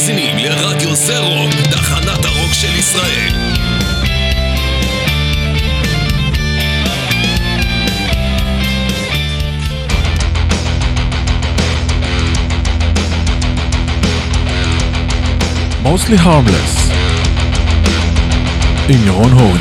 מאזינים לרדיו זה רוק, תחנת הרוק של ישראל. Mostly Harmless עם ירון הורי.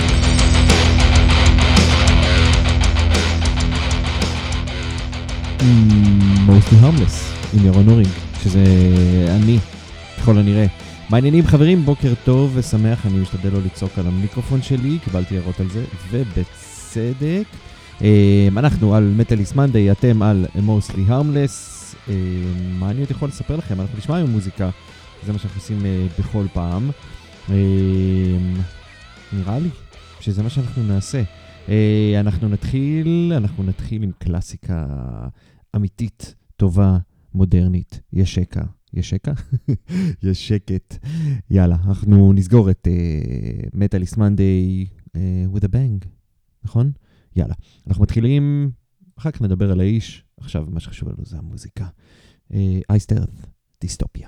Mostly Harmless עם ירון הורי, שזה אני, ככל הנראה. מה העניינים חברים? בוקר טוב ושמח, אני משתדל לא לצעוק על המיקרופון שלי, קיבלתי הערות על זה, ובצדק. אנחנו על Metalist Monday, אתם על Mostly Harmless. מה אני עוד יכול לספר לכם? אנחנו נשמע עם מוזיקה, זה מה שאנחנו עושים בכל פעם. נראה לי שזה מה שאנחנו נעשה. אנחנו נתחיל עם קלאסיקה אמיתית, טובה, מודרנית. יש שקט. יאללה, אנחנו נסגור את Metalist Monday with a bang, נכון? יאללה, אנחנו מתחילים, אחר כך נדבר על האיש, עכשיו מה שחשוב לנו זה המוזיקה. Iced Earth, דיסטופיה.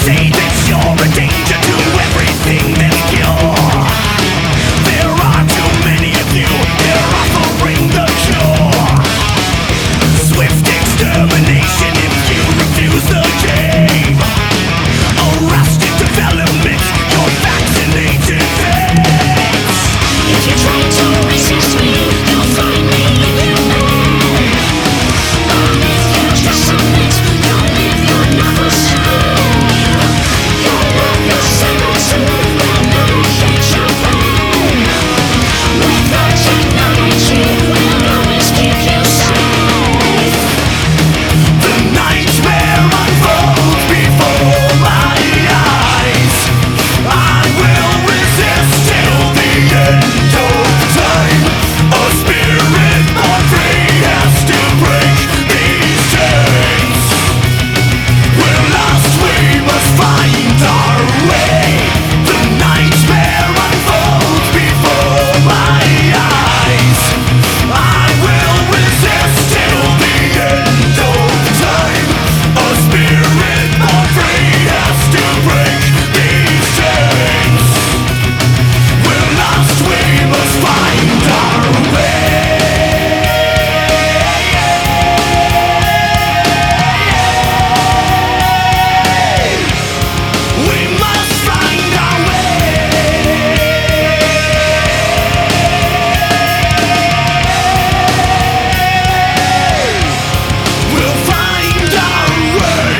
say that you're a danger to everything that's pure. There are too many of you, they're offering the cure. Swift extermination if you refuse the game. Arrested development, your vaccinated face. If you try to resist me, you'll find me in there. But if you just submit, you'll live your never slave. You'll love yourself soon when you get your way. With the technology, we'll always keep you safe. The nightmare unfolds before my eyes. I will resist till the end of time. A spirit born free has to break these chains. We're lost, we must find our way. The nightmare unfolds before my eyes. I will resist till the end of time. A spirit born free has to break these chains. We're lost, we must find our way. We must find our way. We'll find our way.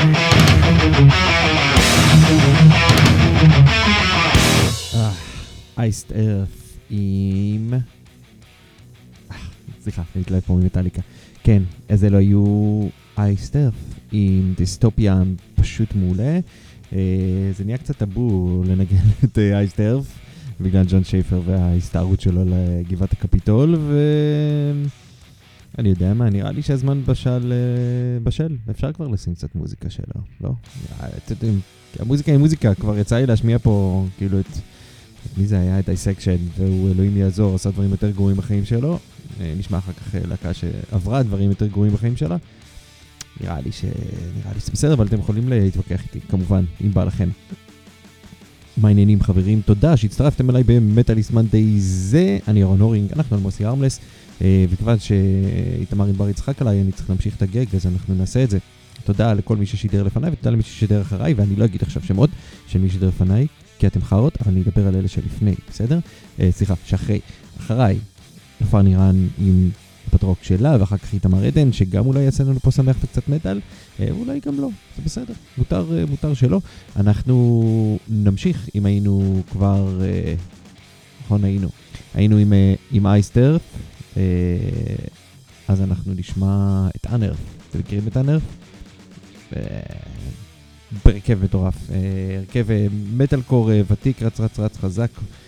Iced Earth עם... סליחה, להתלהב פה ממטליקה. כן, אז אלו היו Iced Earth עם דיסטופיה פשוט מעולה. זה נהיה קצת טאבו לנגן את Iced Earth בגלל ג'ון שייפר וההסתערות שלו לגבעת הקפיטול, אני יודע מה, נראה לי שהזמן בשל, אפשר כבר לשים קצת מוזיקה שלו, לא? המוזיקה היא מוזיקה, כבר יצא לי להשמיע פה כאילו את מי זה היה? את דיסקשן, והוא אלוהים יעזור, עשה דברים יותר גרועים בחיים שלו. נשמע אחר כך להקה שעברה דברים יותר גרועים בחיים שלה. נראה לי שזה בסדר, אבל אתם יכולים להתווכח איתי, כמובן, אם בא לכם. מה העניינים חברים? תודה שהצטרפתם אליי במטאליסט מנדי זה. אני ירון הורינג, אנחנו על מוסי הרמלס, וכיוון שאיתמר ענבר יצחק עליי, אני צריך להמשיך את הגג, אז אנחנו נעשה את זה. תודה לכל מי ששידר לפניי, ותודה למי ששידר אחריי, ואני לא אגיד עכשיו שמות של מי ששידר לפניי, כי אתם חרות, אבל אני אדבר על אלה שלפני, בסדר? סליחה, שאחרי, אחריי, נופר נירן עם הפטרוק שלה, ואחר כך איתמר עדן, שגם אולי יעשה לנו פה שמח וקצת מטל, אולי גם לא, זה בסדר, מותר שלא. אנחנו נמשיך, אם היינו כבר, נכון היינו עם Iced Earth, אז אנחנו נשמע את Unearth, אתם מכירים את Unearth? בהרכב מטורף, הרכב מטל קור ותיק, רץ חזק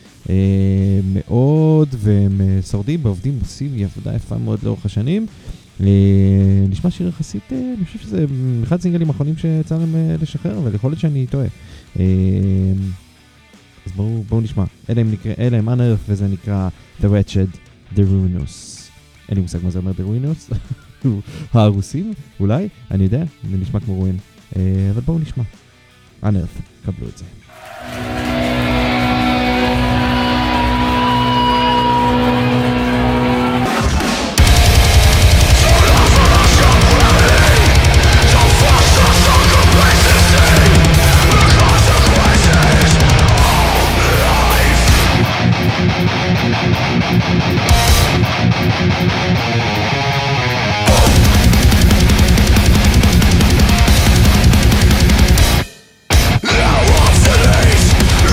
מאוד, והם שורדים בעובדים, עושים עבודה יפה מאוד לאורך השנים. נשמע שיר יחסית, אני חושב שזה אחד הסינגלים האחרונים שיצא להם לשחרר, אבל יכול להיות שאני טועה. אז בואו נשמע. אלה הם Unearth, וזה נקרא The Wretched, The Ruinous. אין לי מושג מה זה אומר The Ruinous. הרוסים, אולי, אני יודע, זה נשמע כמו רואין. אבל בואו נשמע. Unearth, קבלו את זה. Now what's the least?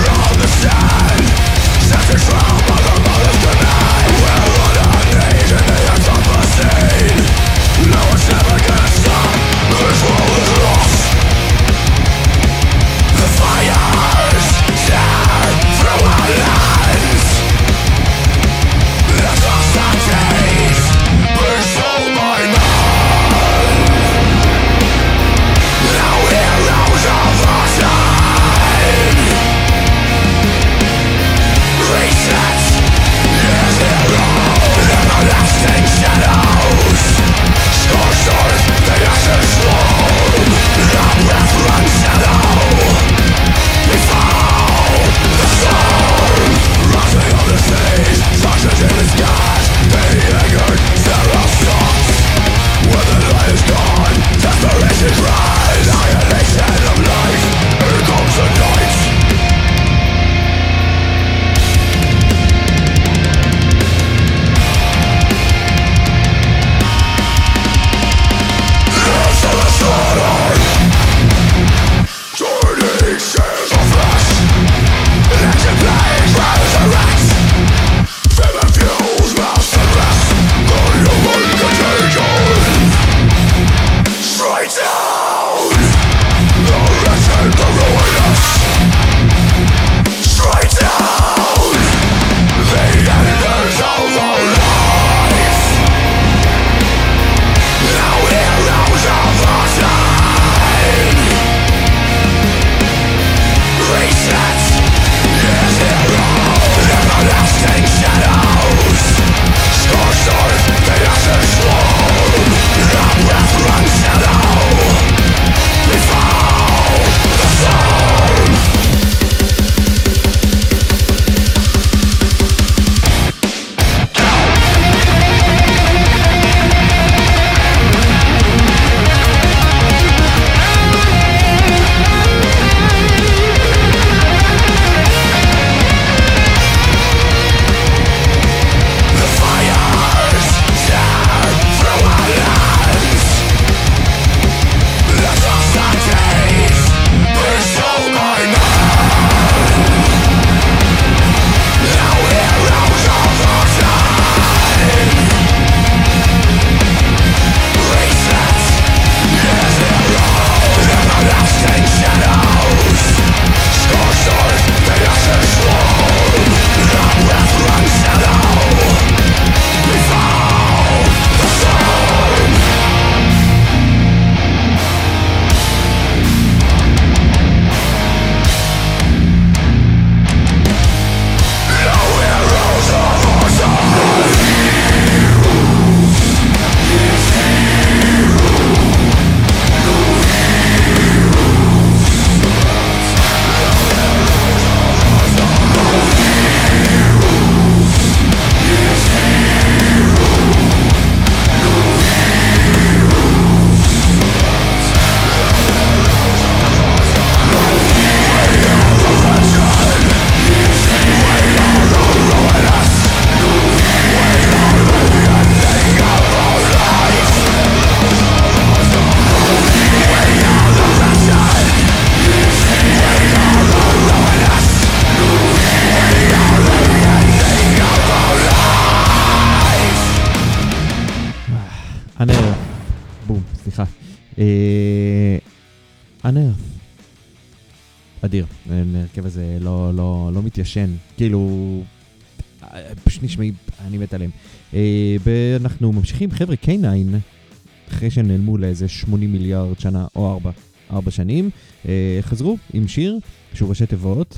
Unearth. אדיר. ההרכב הזה לא מתיישן. כאילו, פשוט נשמעי, אני מת עליהם. אנחנו ממשיכים, חבר'ה, K9, אחרי שנעלמו לאיזה 80 מיליארד שנה או 4 שנים, חזרו עם שיר שהוא ראשי תיבות.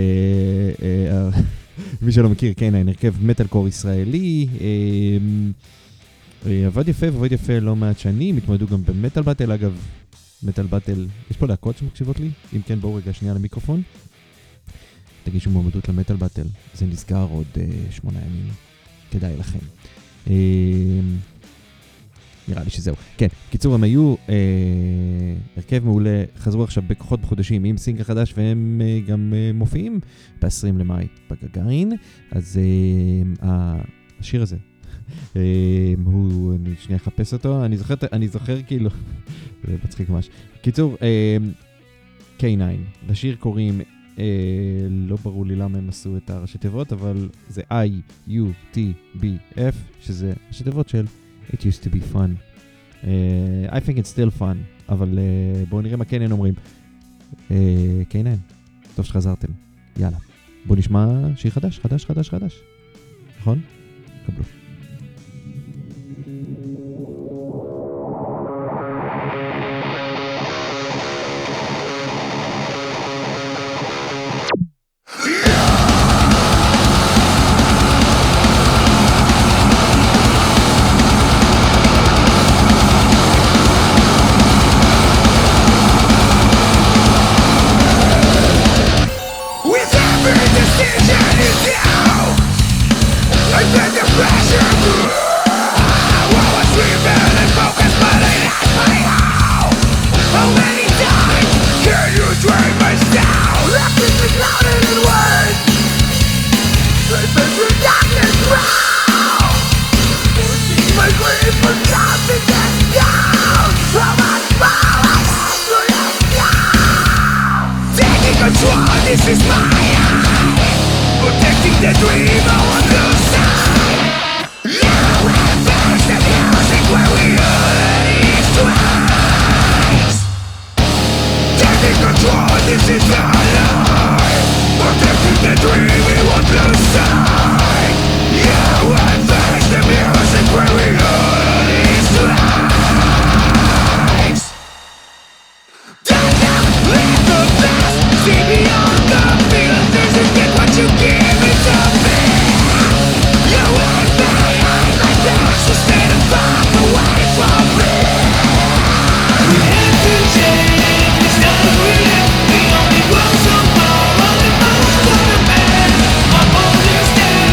מי שלא מכיר, K9, הרכב מטל קור ישראלי, עבד יפה לא מעט שנים, התמודדו גם במטל באטל, אגב, מטל באטל, יש פה להקות שמקשיבות לי? אם כן, בואו רגע שנייה למיקרופון. תגישו מועמדות למטל באטל, זה נסגר עוד 8 ימים, כדאי לכם. נראה לי שזהו. כן, קיצור, הם היו הרכב מעולה, חזרו עכשיו בכוחות בחודשים עם סינגל חדש, והם גם מופיעים ב-20 למאי בגגארין. אז השיר הזה, אני שנייה אחפש אותו, אני זוכר כאילו, זה מצחיק ממש. קיצור, K9, לשיר קוראים, לא ברור לי למה הם עשו את הראשי תיבות, אבל זה IUTBF, שזה ראשי תיבות של It used to be fun. I think it's still fun, אבל בואו נראה מה K9 אומרים. K9, טוב שחזרתם. יאללה, בואו נשמע שיר חדש. נכון? קבלו. This is my eye, protecting the dream on the side. Now I finish the music where we all need to hide. Taking control, this is our life, protecting the dream we want to side. Now I finish the music where we all need to hide. Don't let the past see beyond. Get what you give it to me. You and me, I'm like that. So stay the fuck away from me. We have to change, it's not a real. We only grow so far, only most of the man. I'm understand.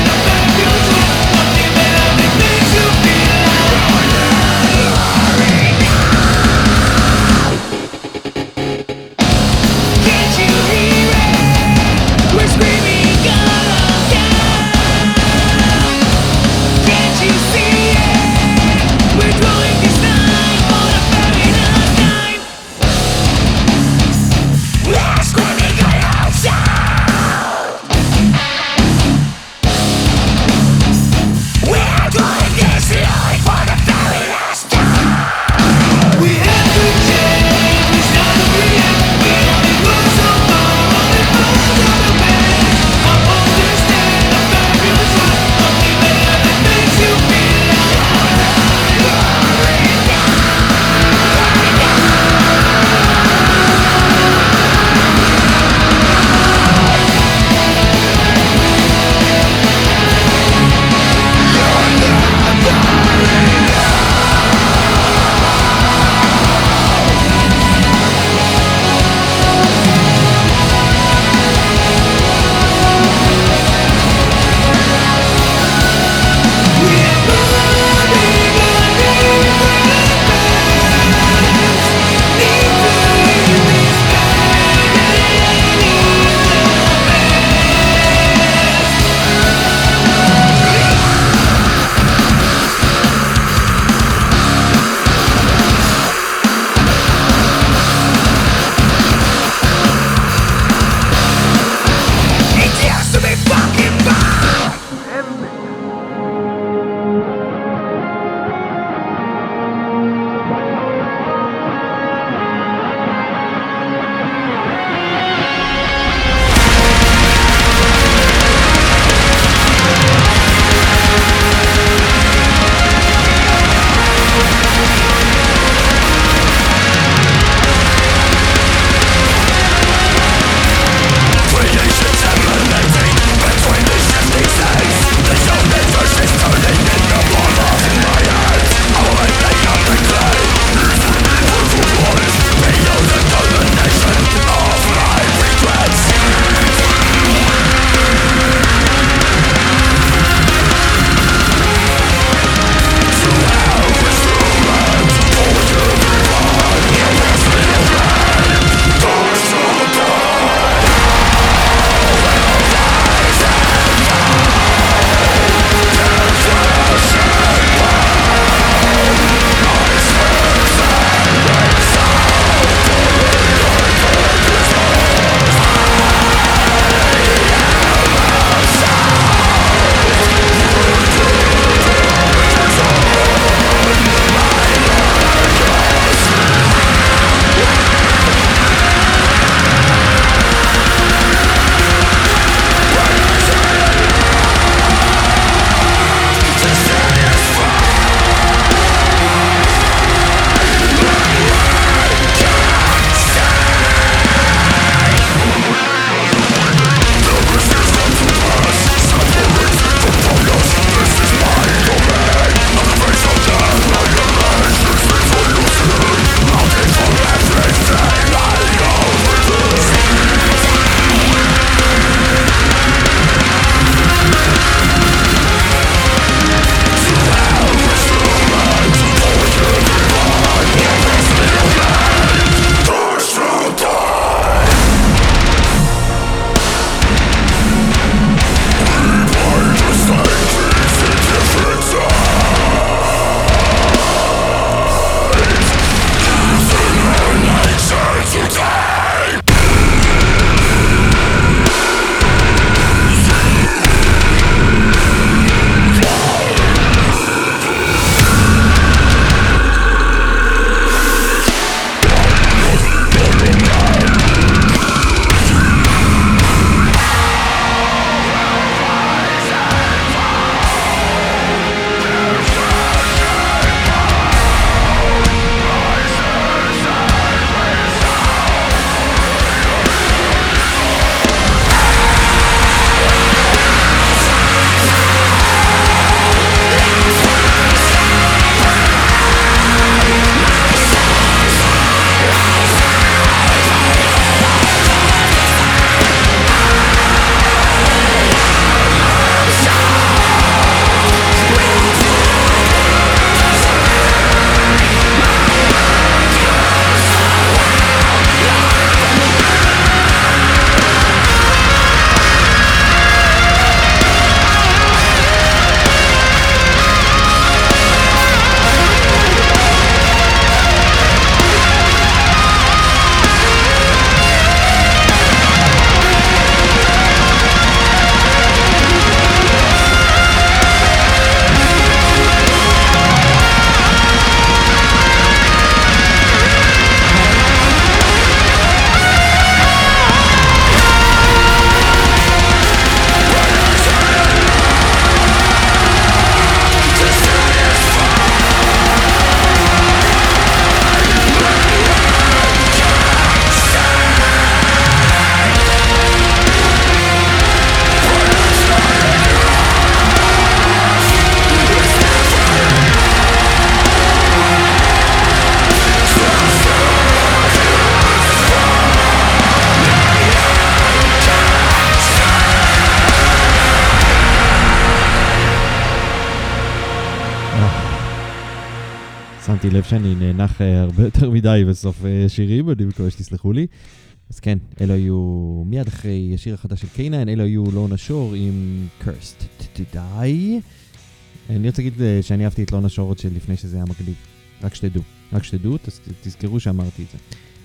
שמתי לב שאני נאנח הרבה יותר מדי בסוף שירים, אני מקווה שתסלחו לי. אז כן, אלו היו מיד אחרי השיר החדש של קיינן, אלו היו לונה שור עם Cursed to Die. אני רוצה להגיד שאני אהבתי את לונה שור עוד שלפני שזה היה מקליט. רק שתדעו, תזכרו שאמרתי את זה.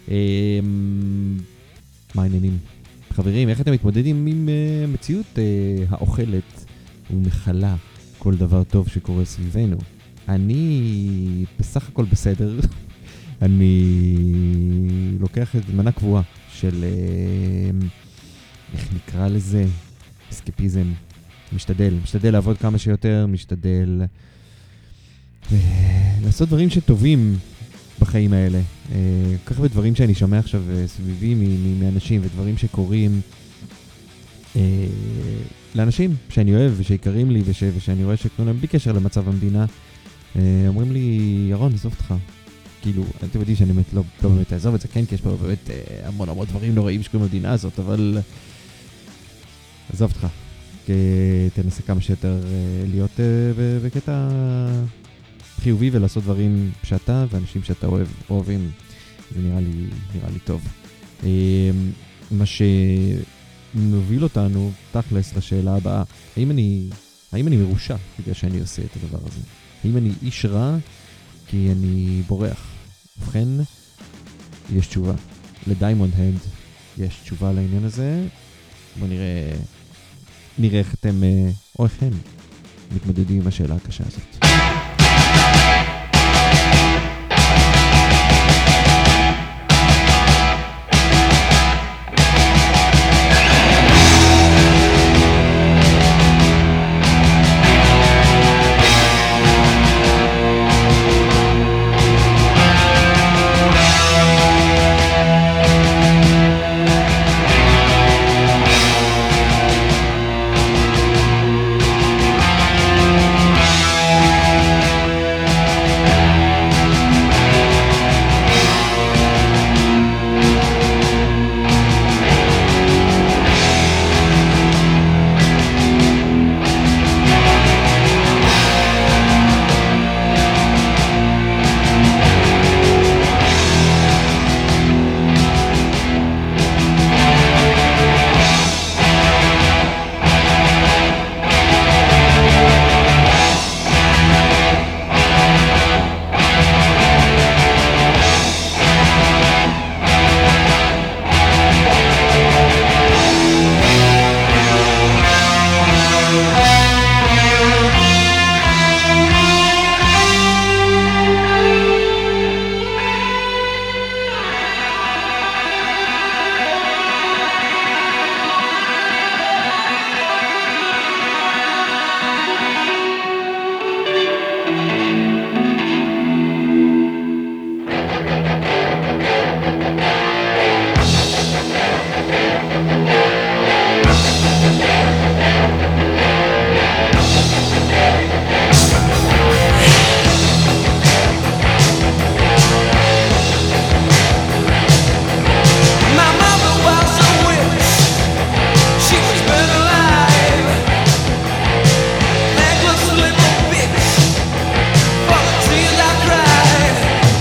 מה העניינים? חברים, איך אתם מתמודדים עם מציאות האוכלת ומחלה כל דבר טוב שקורה סביבנו? אני בסך הכל בסדר. אני לוקח את מנה קבועה של, איך נקרא לזה? אסקפיזם. משתדל לעבוד כמה שיותר, משתדל לעשות דברים שטובים בחיים האלה. כך בדברים שאני שומע עכשיו סביבי מאנשים ודברים שקורים לאנשים שאני אוהב ושיקרים לי ושאני רואה שכולם בלי קשר למצב המדינה, אומרים לי, ירון, עזוב אותך. כאילו, אתם יודעים שאני באמת לא באמת אעזוב את זה, כן, כי יש פה באמת המון דברים נוראים שקוראים במדינה הזאת, אבל עזוב אותך. תנסה כמה שיותר להיות בקטע חיובי ולעשות דברים שאתה ואנשים שאתה אוהבים. זה נראה לי טוב. מה שמוביל אותנו תכלס לשאלה הבאה, האם אני מרושע בגלל שאני עושה את הדבר הזה? האם אני איש רע כי אני בורח? ובכן, יש תשובה. לדיימונד הנד יש תשובה לעניין הזה. בואו נראה איך אתם, או איך הם, מתמודדים עם השאלה הקשה הזאת.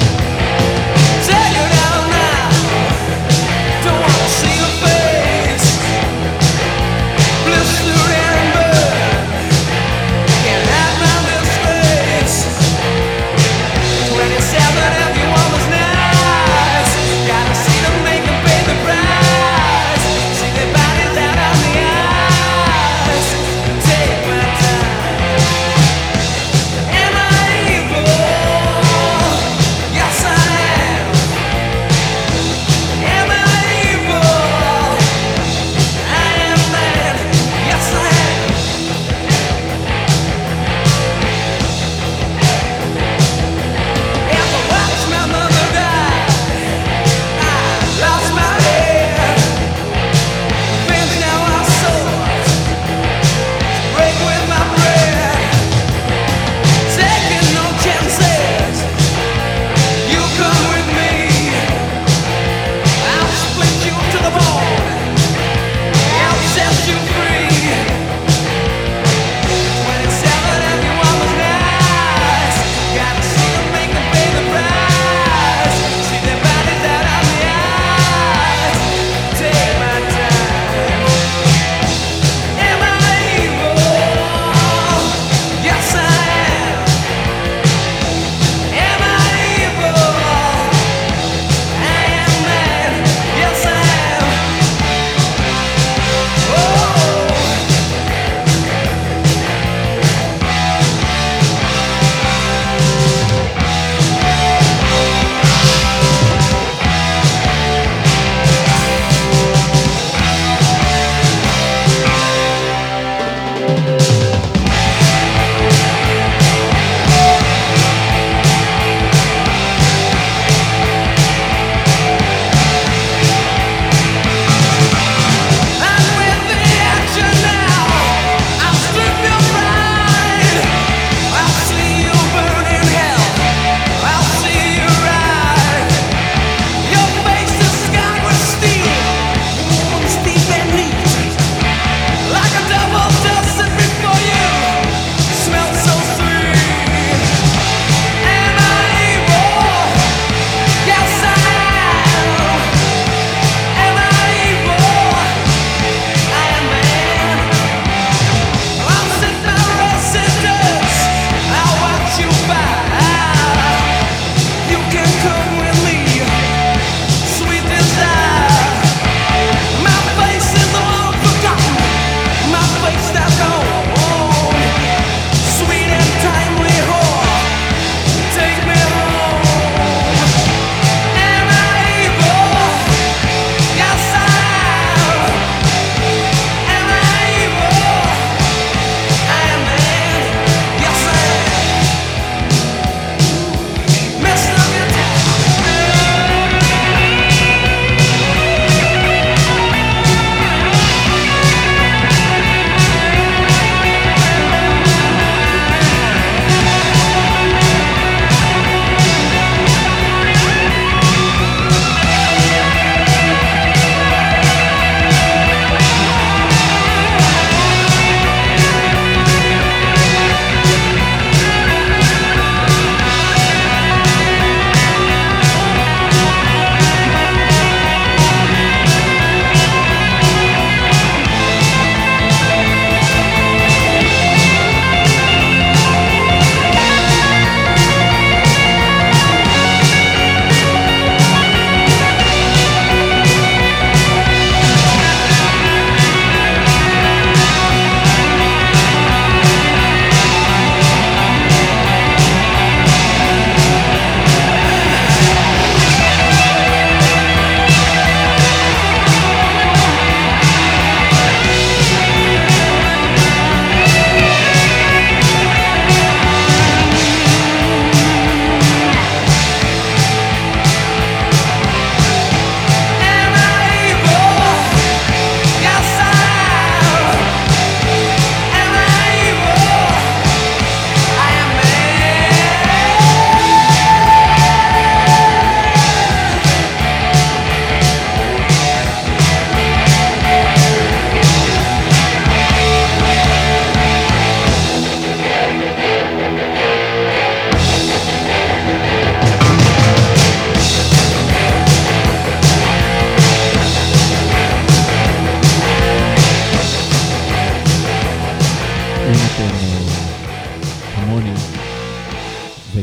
See your face.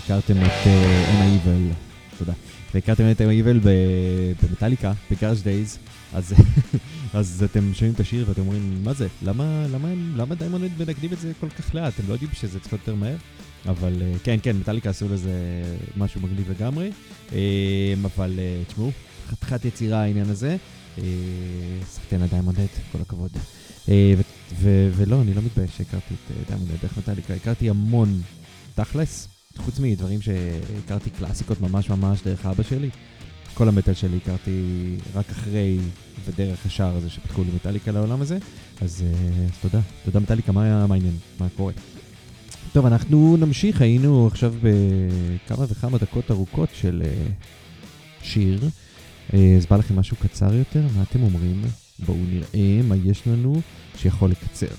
והכרתם את Evil, תודה. והכרתם את Evil במטאליקה, בגאראז' דייז, אז אתם שומעים את השיר ואתם אומרים, מה זה? למה דיימונד מנגנים את זה כל כך לאט? אתם לא יודעים שזה צריך יותר מהר? אבל כן, מטאליקה עשו לזה משהו מגניב לגמרי, אבל תשמעו, חתיכת יצירה העניין הזה, סחטיין הדיימונד, כל הכבוד. ולא, אני לא מתבייש שהכרתי את דיימונד דרך מטאליקה, הכרתי המון תכלס, חוץ מדברים שהכרתי קלאסיקות ממש דרך אבא שלי. כל המטל שלי הכרתי רק אחרי ודרך השער הזה שפתחו לי מטאליקה לעולם הזה, אז תודה מטאליקה, מה העניין? מה קורה? טוב, אנחנו נמשיך, היינו עכשיו בכמה וכמה דקות ארוכות של שיר, אז בא לכם משהו קצר יותר, מה אתם אומרים? בואו נראה מה יש לנו שיכול לקצר.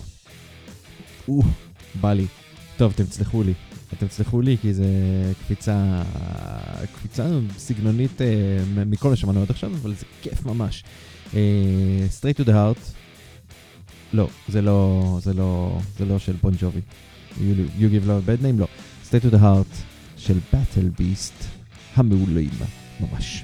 בא לי. טוב, אתם תסלחו לי כי זה קפיצה סגנונית מכל מה שמענו עד עכשיו, אבל זה כיף ממש. Straight to the Heart, לא, זה לא של בון ג'ובי. You give love a bad name, לא. Straight to the Heart של Battle Beast, המעולים, ממש.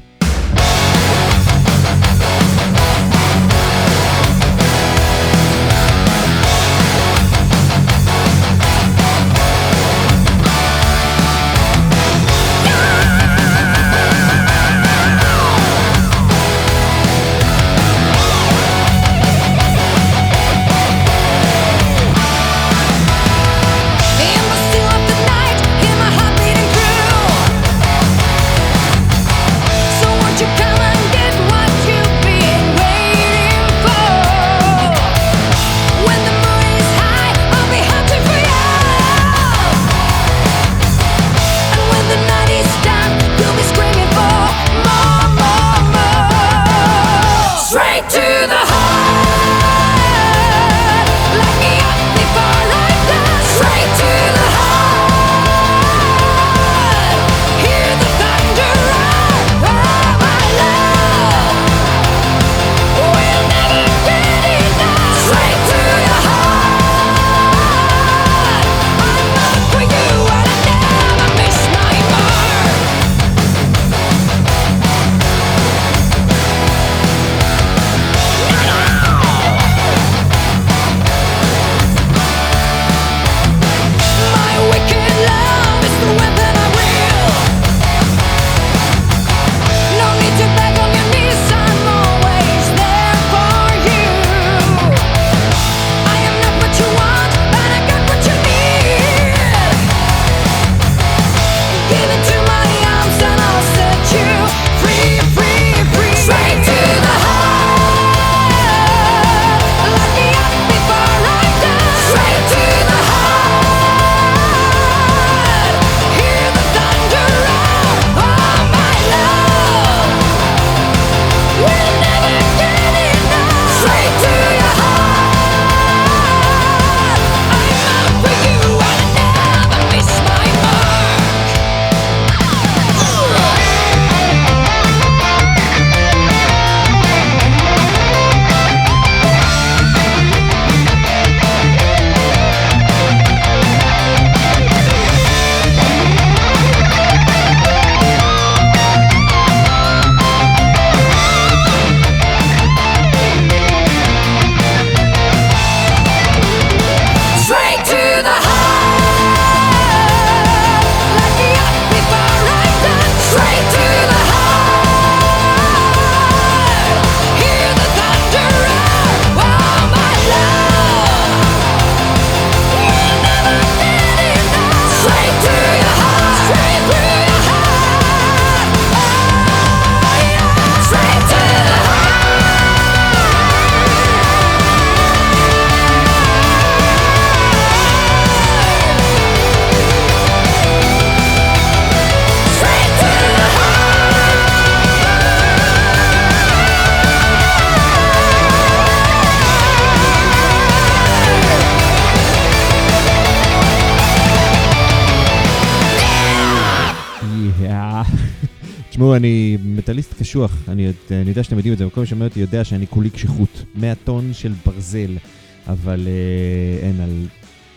תשמעו, אני מטליסט קשוח, אני יודע שאתם יודעים את זה, וכל מי שאומר אותי יודע שאני כולי קשיחות, 100 טון של ברזל, אבל אין על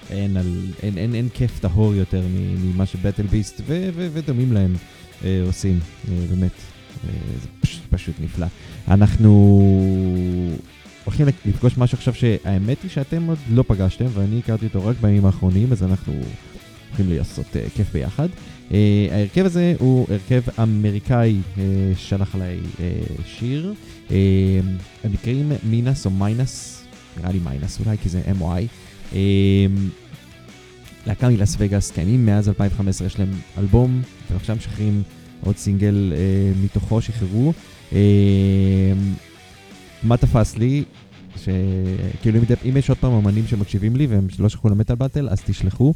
אין כיף טהור יותר ממה שבטל ביסט ודומים להם עושים, באמת, זה פשוט נפלא. אנחנו הולכים לפגוש משהו עכשיו שהאמת היא שאתם עוד לא פגשתם, ואני הכרתי אותו רק בימים האחרונים, אז אנחנו הולכים לעשות כיף ביחד. ההרכב הזה הוא הרכב אמריקאי, שלח עליי שיר, הם נקראים מינס או מיינס, נראה לי מיינס אולי, כי זה MY. להקה מלאס וגאס, קיימים מאז 2015, יש להם אלבום, ועכשיו משחררים עוד סינגל מתוכו שחררו. מה תפס לי? שכאילו אם יש עוד פעם אמנים שמקשיבים לי והם לא שכחו למטל באטל, אז תשלחו.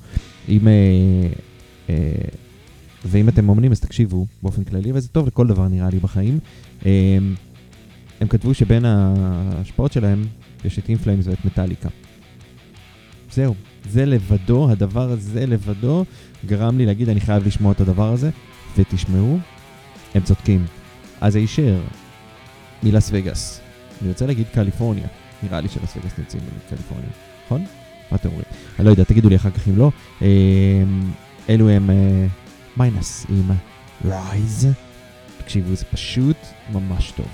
ואם אתם אומנים אז תקשיבו באופן כללי, וזה טוב לכל דבר נראה לי בחיים. הם כתבו שבין ההשפעות שלהם יש את אינפליימס ואת מטליקה. זהו, זה לבדו, הדבר הזה לבדו גרם לי להגיד אני חייב לשמוע את הדבר הזה, ותשמעו, הם צודקים. אז הישר מלאס וגאס, אני רוצה להגיד קליפורניה, נראה לי שלאס וגאס נמצאים בקליפורניה, נכון? מה אתם אומרים? אני לא יודע, תגידו לי אחר כך אם לא. אלו הם מיינס עם רייז, תקשיבו, זה פשוט ממש טוב.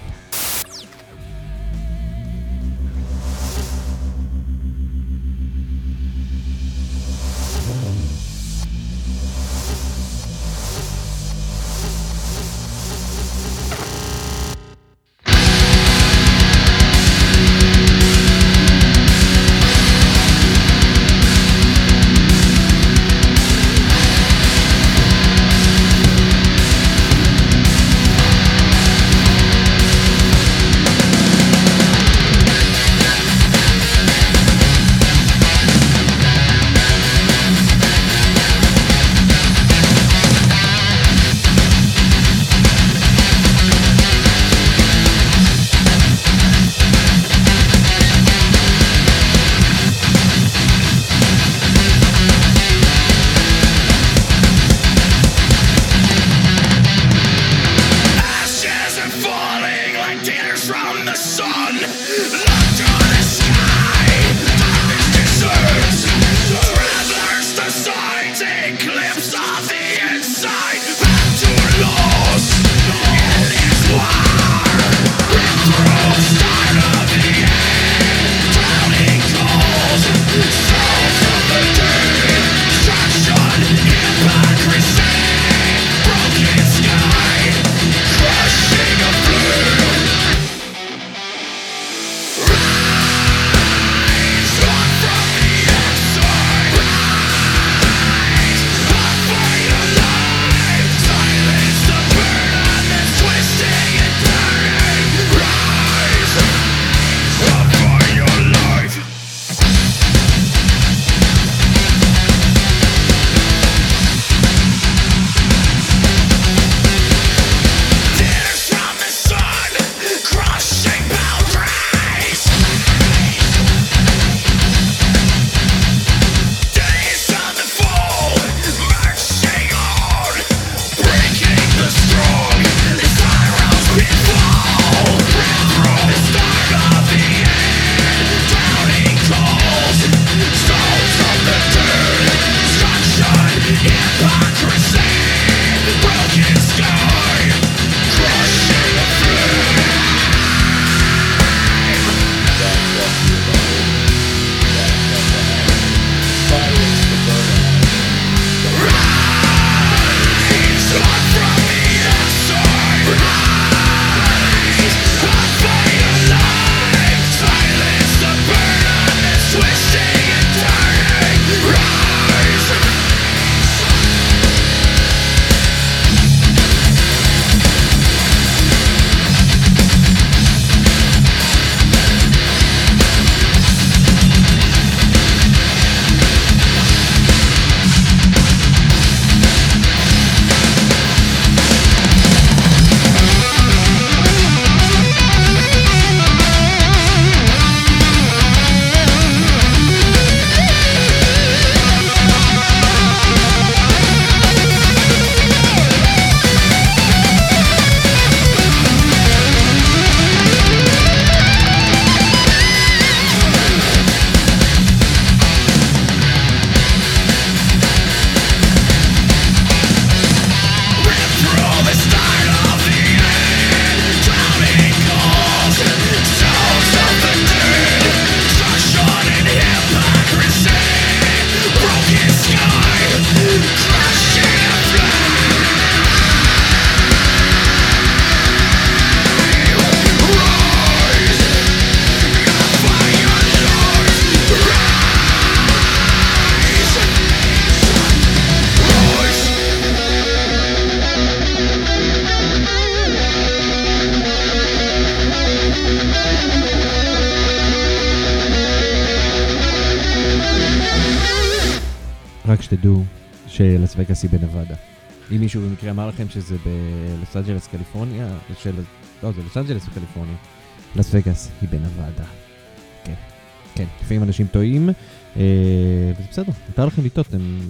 רק שתדעו שלס וגאס היא בנבדה. אם מישהו במקרה אמר לכם שזה בלוס אנג'לס קליפורניה, לא, זה לוס אנג'לס וקליפורניה. לס וגאס היא בנבדה. כן, כן, לפעמים אנשים טועים, וזה בסדר, מותר לכם לטעות,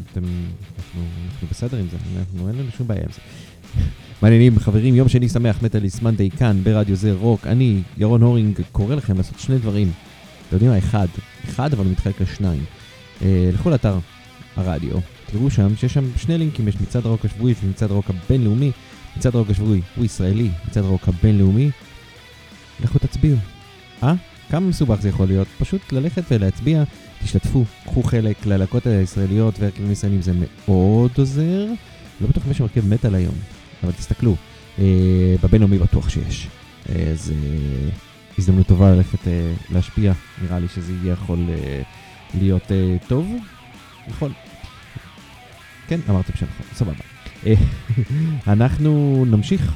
אנחנו בסדר עם זה, אין לנו שום בעיה עם זה. מעניינים, חברים, יום שני שמח, מטאליסט מנדי כאן ברדיו זה רוק. אני, ירון הורינג, קורא לכם לעשות שני דברים. אתם יודעים מה? אחד, אבל הוא מתחלק לשניים. לכו לאתר הרדיו, תראו שם שיש שם שני לינקים, יש מצד הרוק השבועי ומצד הרוק הבינלאומי. מצד הרוק השבועי הוא ישראלי, מצד הרוק הבינלאומי. לכו תצביעו. כמה מסובך זה יכול להיות? פשוט ללכת ולהצביע, תשתתפו, קחו חלק ללהקות הישראליות והרכבים ישראלים, זה מאוד עוזר. לא בטוח אם יש מרכב מטל היום, אבל תסתכלו, בבינלאומי בטוח שיש. אז הזדמנות טובה ללכת להשפיע, נראה לי שזה יהיה יכול להיות טוב. נכון. כן, אמרתם שנכון, סבבה. אנחנו נמשיך,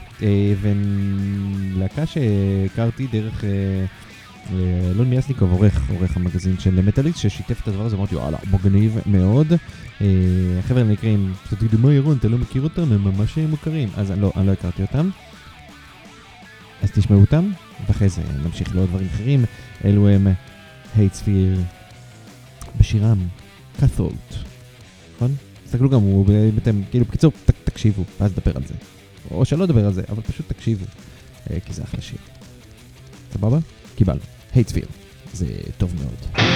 ולהקה שהכרתי דרך אלון מיאסניקוב, עורך המגזין של מטאליסט, ששיתף את הדבר הזה, אמרתי, וואלה, מגניב מאוד. החבר'ה נקראים, תגידו, מה ירון, אתה לא מכיר אותם? הם ממש מוכרים. אז אני לא הכרתי אותם. אז תשמעו אותם, ואחרי זה נמשיך לעוד דברים אחרים. אלו הם הייטספיר בשירם קת'ולט. נכון? תסתכלו גם, הוא בעצם, כאילו, בקיצור, תקשיבו, ואז נדבר על זה. או שלא נדבר על זה, אבל פשוט תקשיבו, כי זה אחלה שיר. סבבה? קיבלנו. הייטספיר. זה טוב מאוד.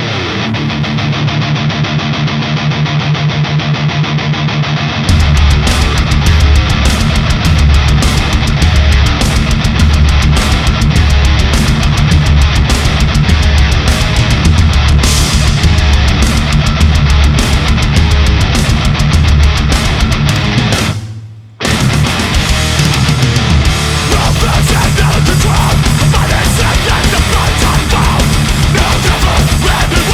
Control, but it's in the front and foul. No devil,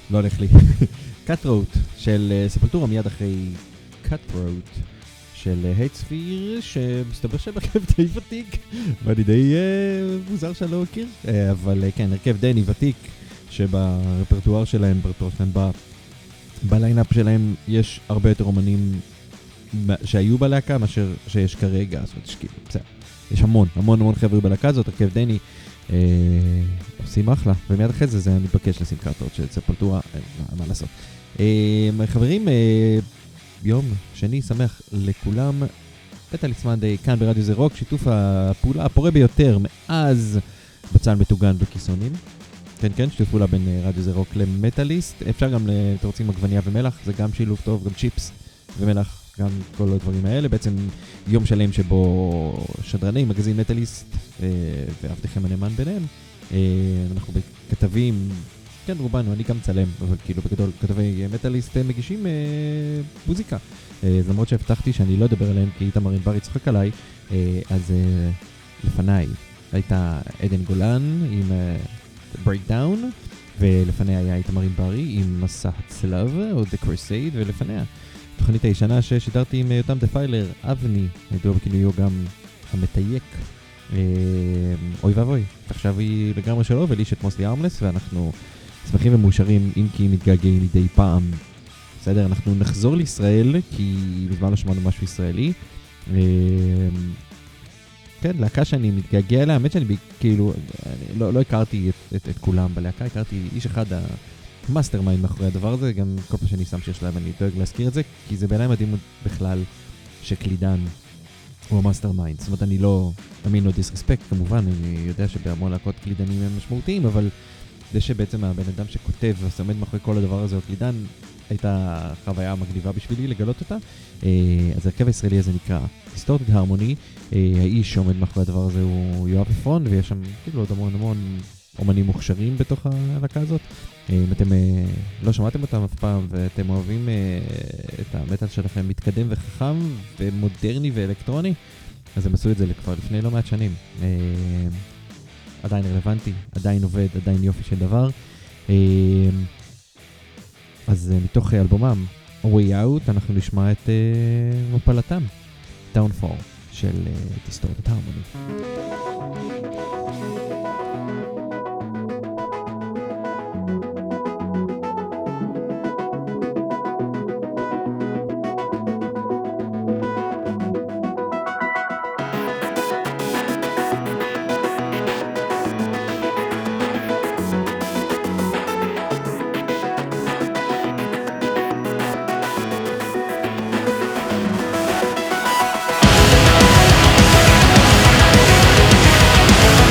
לא הולך לי. Cutthroat של ספולטורה, מיד אחרי Cutthroat של הייטספיר, שמסתבר שברכב די ותיק, ואני די מוזר שאני לא מכיר, אבל כן, הרכב דני ותיק, שברפרטואר שלהם, בליינאפ שלהם יש הרבה יותר אומנים שהיו בלהקה מאשר שיש כרגע, זאת אומרת, בסדר. יש המון חבר'ה בלהקה הזאת, הרכב דני, עושים אחלה, ומיד אחרי זה אני מתבקש לשים קאטות של ספולטורה, מה לעשות. חברים, יום שני שמח לכולם, מטאליסט מאנדיי כאן ברדיו זה רוק, שיתוף הפעולה הפורה ביותר מאז בצל מטוגן בכיסונים. כן, שיתוף פעולה בין רדיו זה רוק למטאליסט, אפשר גם לתרוצים עגבניה ומלח, זה גם שילוב טוב, גם צ'יפס ומלח, גם כל הדברים האלה, בעצם יום שלם שבו שדרני, מגזין מטאליסט ועבדכם הנאמן ביניהם, אנחנו בכתבים, כן רובנו, אני גם צלם, אבל כאילו בגדול כתבי מטאליסט מגישים מוזיקה, למרות שהבטחתי שאני לא אדבר עליהם כי איתמר ענבר יצחק עליי, אז לפניי הייתה עדן גולן עם Breakdown, ולפניה היה איתמר ענברי עם מסע הצלב או The Crusade, ולפניה תוכנית הישנה ששידרתי עם יותם דפיילר, אבני, ידוע בכינויו גם המתייק, אוי ואבוי, עכשיו היא לגמרי שלו, ולי שאת מוסלי ארמלס, ואנחנו שמחים ומאושרים אם כי מתגעגעים מדי פעם. בסדר, אנחנו נחזור לישראל, כי בזמן לא שמענו משהו ישראלי. כן, להקה שאני מתגעגע אליה, האמת שאני כאילו, לא הכרתי את כולם בלהקה, הכרתי איש אחד המאסטר מיינד מאחורי הדבר הזה, גם כל פעם שאני שם שיר שלהם אני דואג להזכיר את זה, כי זה בעיניי מדהים בכלל שקלידן הוא המאסטר מיינד. זאת אומרת, אני לא אמין לו דיסרספקט, כמובן, אני יודע שבהמון להקות קלידנים הם משמעותיים, אבל זה שבעצם הבן אדם שכותב ועומד מאחורי כל הדבר הזה הוא קלידן, הייתה חוויה מגניבה בשבילי לגלות אותה. אז הרכב הישראלי הזה נקרא Distorted Harmony, האיש שעומד מאחורי הדבר הזה הוא יואב עפרון, ויש שם כאילו עוד המון אומנים מוכשרים בתוך הלהקה הזאת. אם אתם לא שמעתם אותם אף פעם ואתם אוהבים את המטל שלכם מתקדם וחכם ומודרני ואלקטרוני, אז הם עשו את זה כבר לפני לא מעט שנים. עדיין רלוונטי, עדיין עובד, עדיין יופי של דבר. אז מתוך אלבומם A Way Out אנחנו נשמע את מפלתם Downfall של Distorted Harmony. We'll be right back.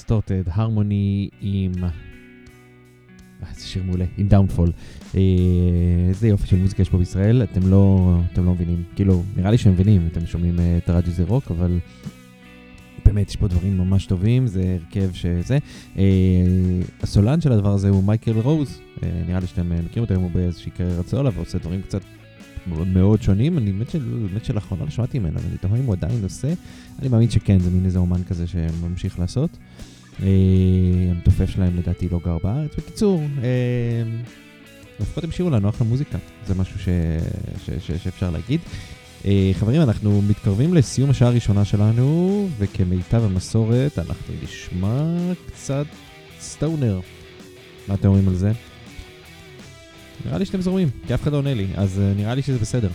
Distorted Harmony עם... זה שיר מעולה, עם Downfall. איזה יופי של מוזיקה יש פה בישראל, אתם לא מבינים, כאילו, נראה לי שהם מבינים, אתם שומעים את הרדיו זה רוק, אבל באמת יש פה דברים ממש טובים, זה הרכב שזה. הסולן של הדבר הזה הוא מייקל רוז, נראה לי שאתם מכירים אותו, הוא באיזושהי קריירת סולו, ועושה דברים קצת מאוד שונים, אני באמת שלאחרונה לא שמעתי ממנו, אני תוהה אם הוא עדיין עושה, אני מאמין שכן, זה מין איזה אומן כזה שממשיך לעשות. המתופף שלהם לדעתי לא גר בארץ. בקיצור, לפחות הם שירו לנו אחלה מוזיקה, זה משהו שאפשר להגיד. חברים, אנחנו מתקרבים לסיום השעה הראשונה שלנו, וכמיטב המסורת אנחנו נשמע קצת סטונר. מה אתם אומרים על זה? נראה לי שאתם זורמים, כי אף אחד לא עונה לי, אז נראה לי שזה בסדר.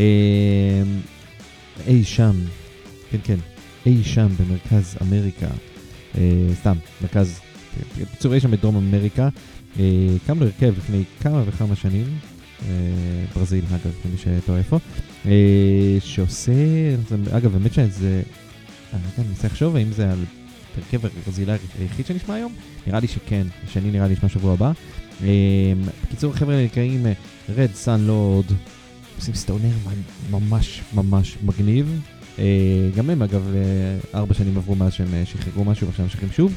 אי שם, כן, אי שם במרכז אמריקה, סתם, מרכז, בצור אי שם בדרום אמריקה, קם להרכב לפני כמה וכמה שנים, ברזיל, אגב, למי שטועה איפה, שעושה, אגב, באמת שזה, אני מנסה לחשוב האם זה הרכב ברזילי היחיד שנשמע היום, נראה לי שכן, השני נראה לי נשמע שבוע הבא. בקיצור, החבר'ה נקראים Red Sun Lord, עושים סטונר ממש ממש מגניב. גם הם אגב 4 שנים עברו מאז שהם שחררו משהו ועכשיו ממשיכים שוב.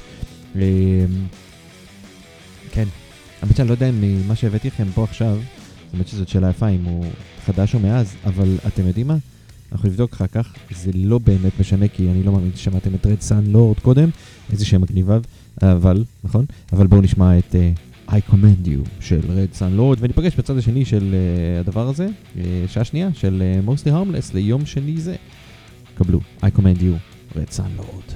כן, האמת שאני לא יודע אם מה שהבאתי לכם פה עכשיו, זאת אומרת שזאת שאלה יפה אם הוא חדש או מאז, אבל אתם יודעים מה? אנחנו נבדוק אחר כך, זה לא באמת משנה כי אני לא מאמין ששמעתם את Red Sun Lord קודם, איזה שם מגניביו, אבל, נכון? אבל בואו נשמע את I Command You של Red Sun Lord, וניפגש בצד השני של הדבר הזה, שעה שנייה של Mostly Harmless ליום שני זה. קבלו, I Command You, Red Sun Lord.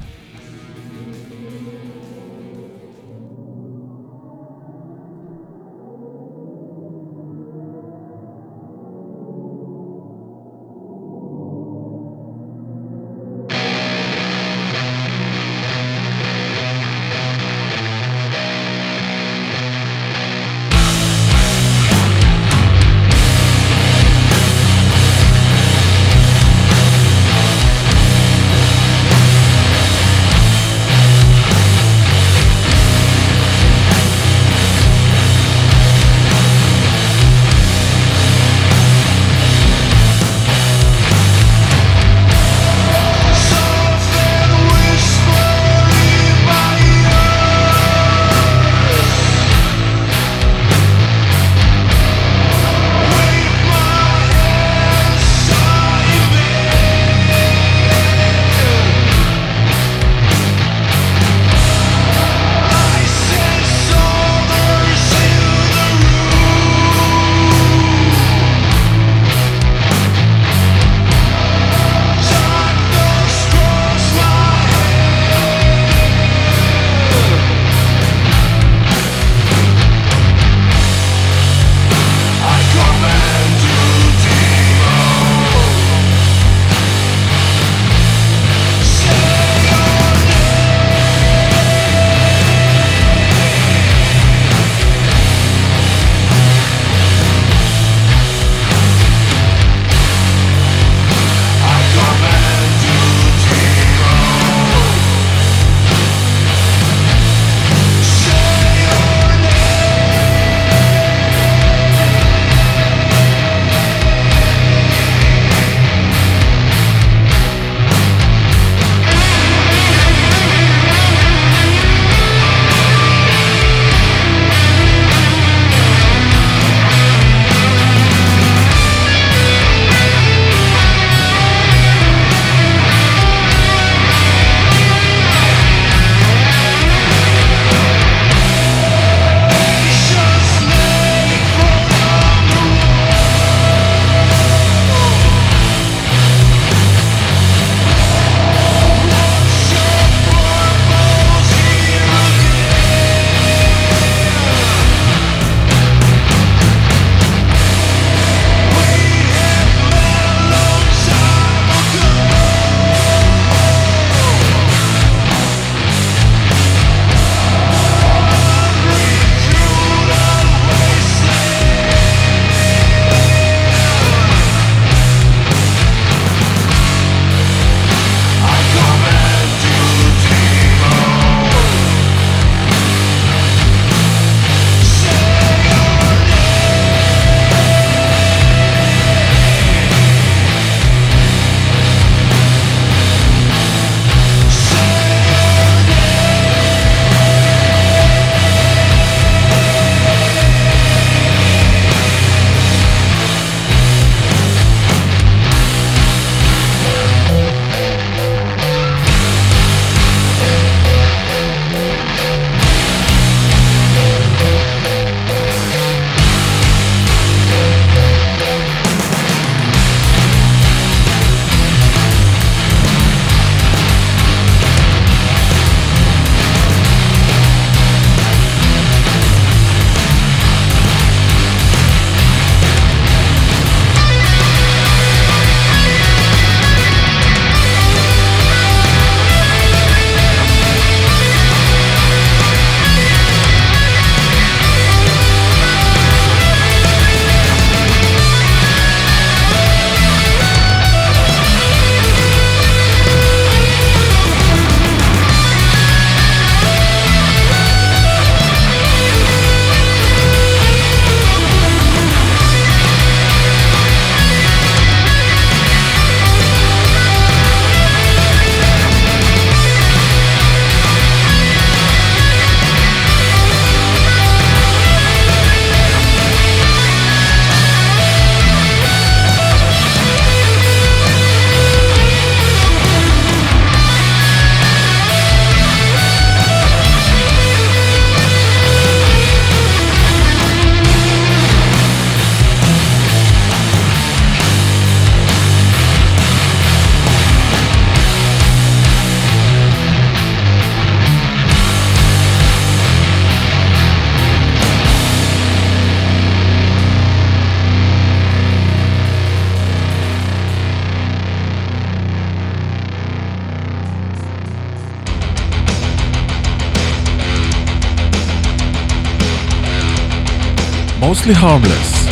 Mostly Harmless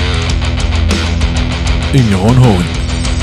עם ירון הורינג.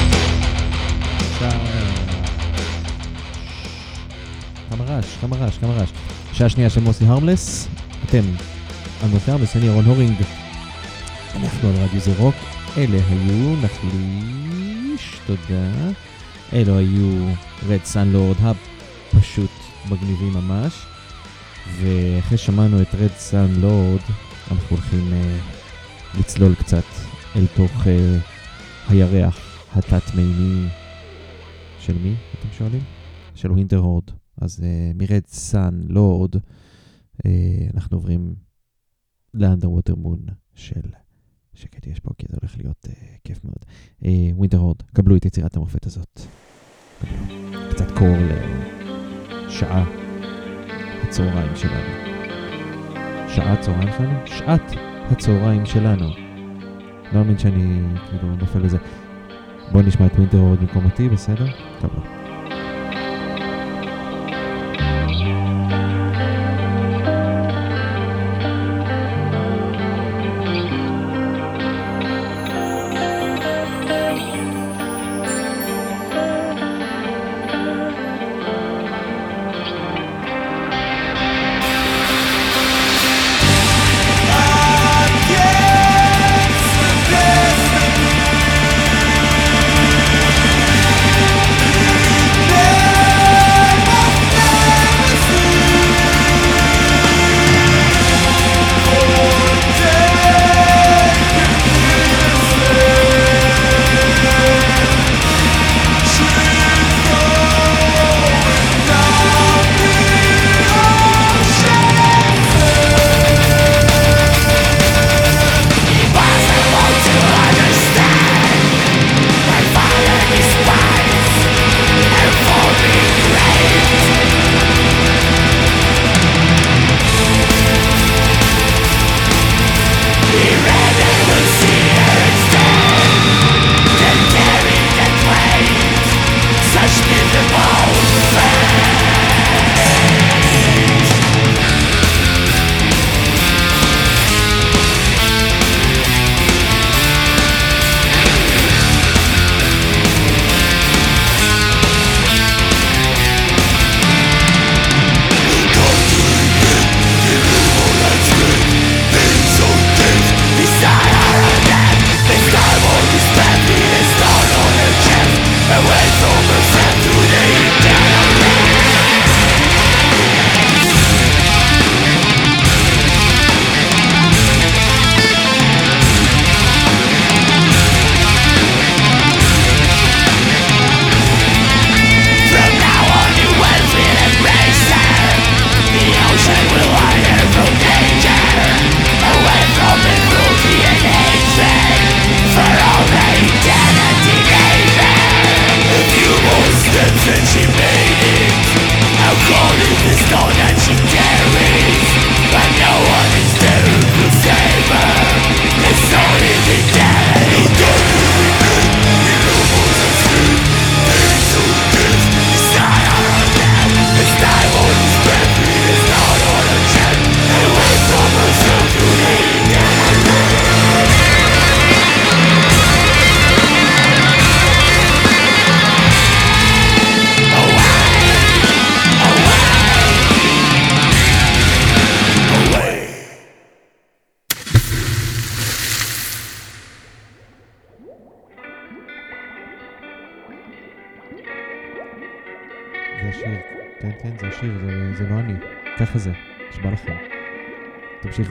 כמה רעש. שעה שנייה של מוסלי הרמלס. אתם על מוסלי הרמלס, אני ירון הורינג. אנחנו על רדיו זה רוק. אלה היו, נחליש, תודה. אלו היו רד סן לורד, הפשוט מגניבים ממש. ואחרי שמענו את רד סן לורד, אנחנו הולכים לצלול קצת אל תוך הירח התת-מימי של מי, אתם שואלים? של ווינטר הורד. אז מרד סן לורד אנחנו עוברים לאנדרווטר מון של שקט יש פה, כי זה הולך להיות כיף מאוד. ווינטר הורד, קבלו את יצירת המופת הזאת. קבלו קצת קור לשעה הצהריים שלנו. שעת הצהריים שלנו. לא מאמין שאני כאילו נופל לזה. בואו נשמע את ווינטר הורד במקום אותי, בסדר? קבלו. זה השיר, זה לא אני. ככה זה, נשבע לכם. תמשיכו.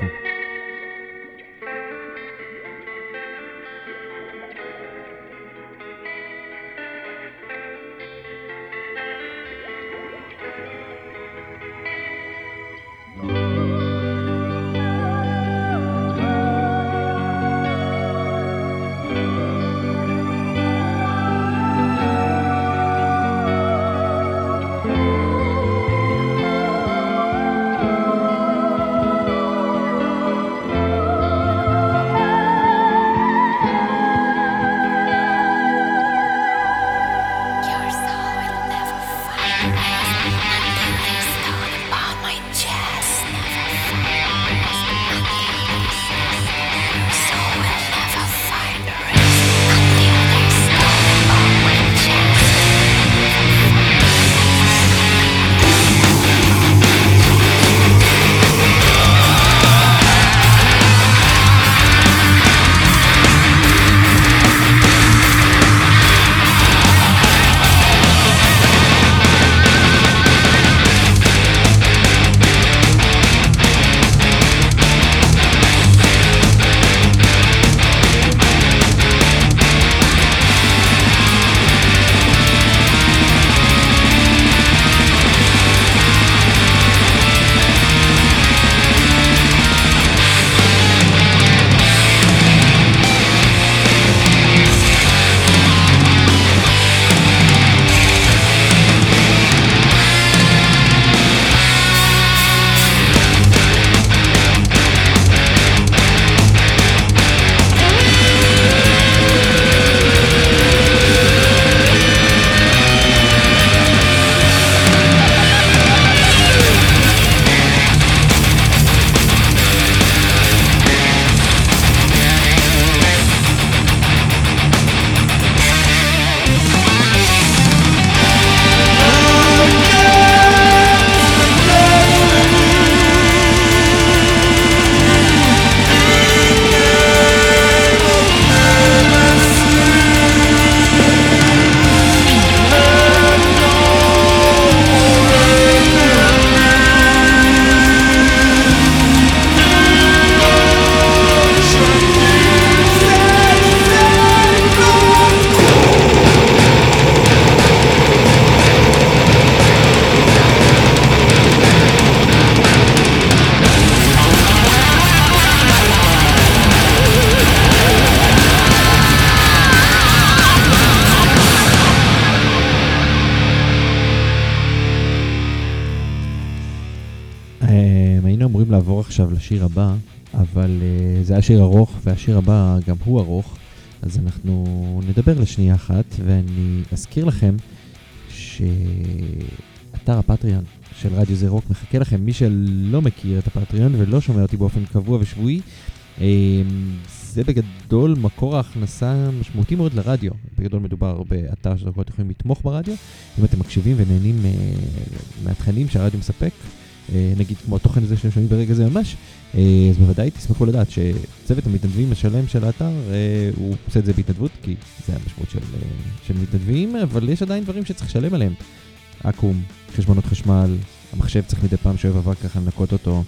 לעבור עכשיו לשיר הבא, אבל זה היה שיר ארוך, והשיר הבא גם הוא ארוך, אז אנחנו נדבר לשנייה אחת, ואני אזכיר לכם שאתר הפטריון של רדיו זה רוק מחכה לכם. מי שלא מכיר את הפטריון ולא שומע אותי באופן קבוע ושבועי, זה בגדול מקור ההכנסה משמעותי מאוד לרדיו. בגדול מדובר באתר שאתם יכולים לתמוך ברדיו, אם אתם מקשיבים ונהנים מהתכנים שהרדיו מספק, נגיד כמו התוכן הזה שאתם שומעים ברגע זה ממש, אז בוודאי תשמחו לדעת שצוות המתנדבים השלם של האתר, הוא עושה את זה בהתנדבות, כי זה המשמעות של מתנדבים, אבל יש עדיין דברים שצריך לשלם עליהם. אקום, חשבונות חשמל, המחשב צריך מדי פעם שאוהב עבר ככה לנקות אותו,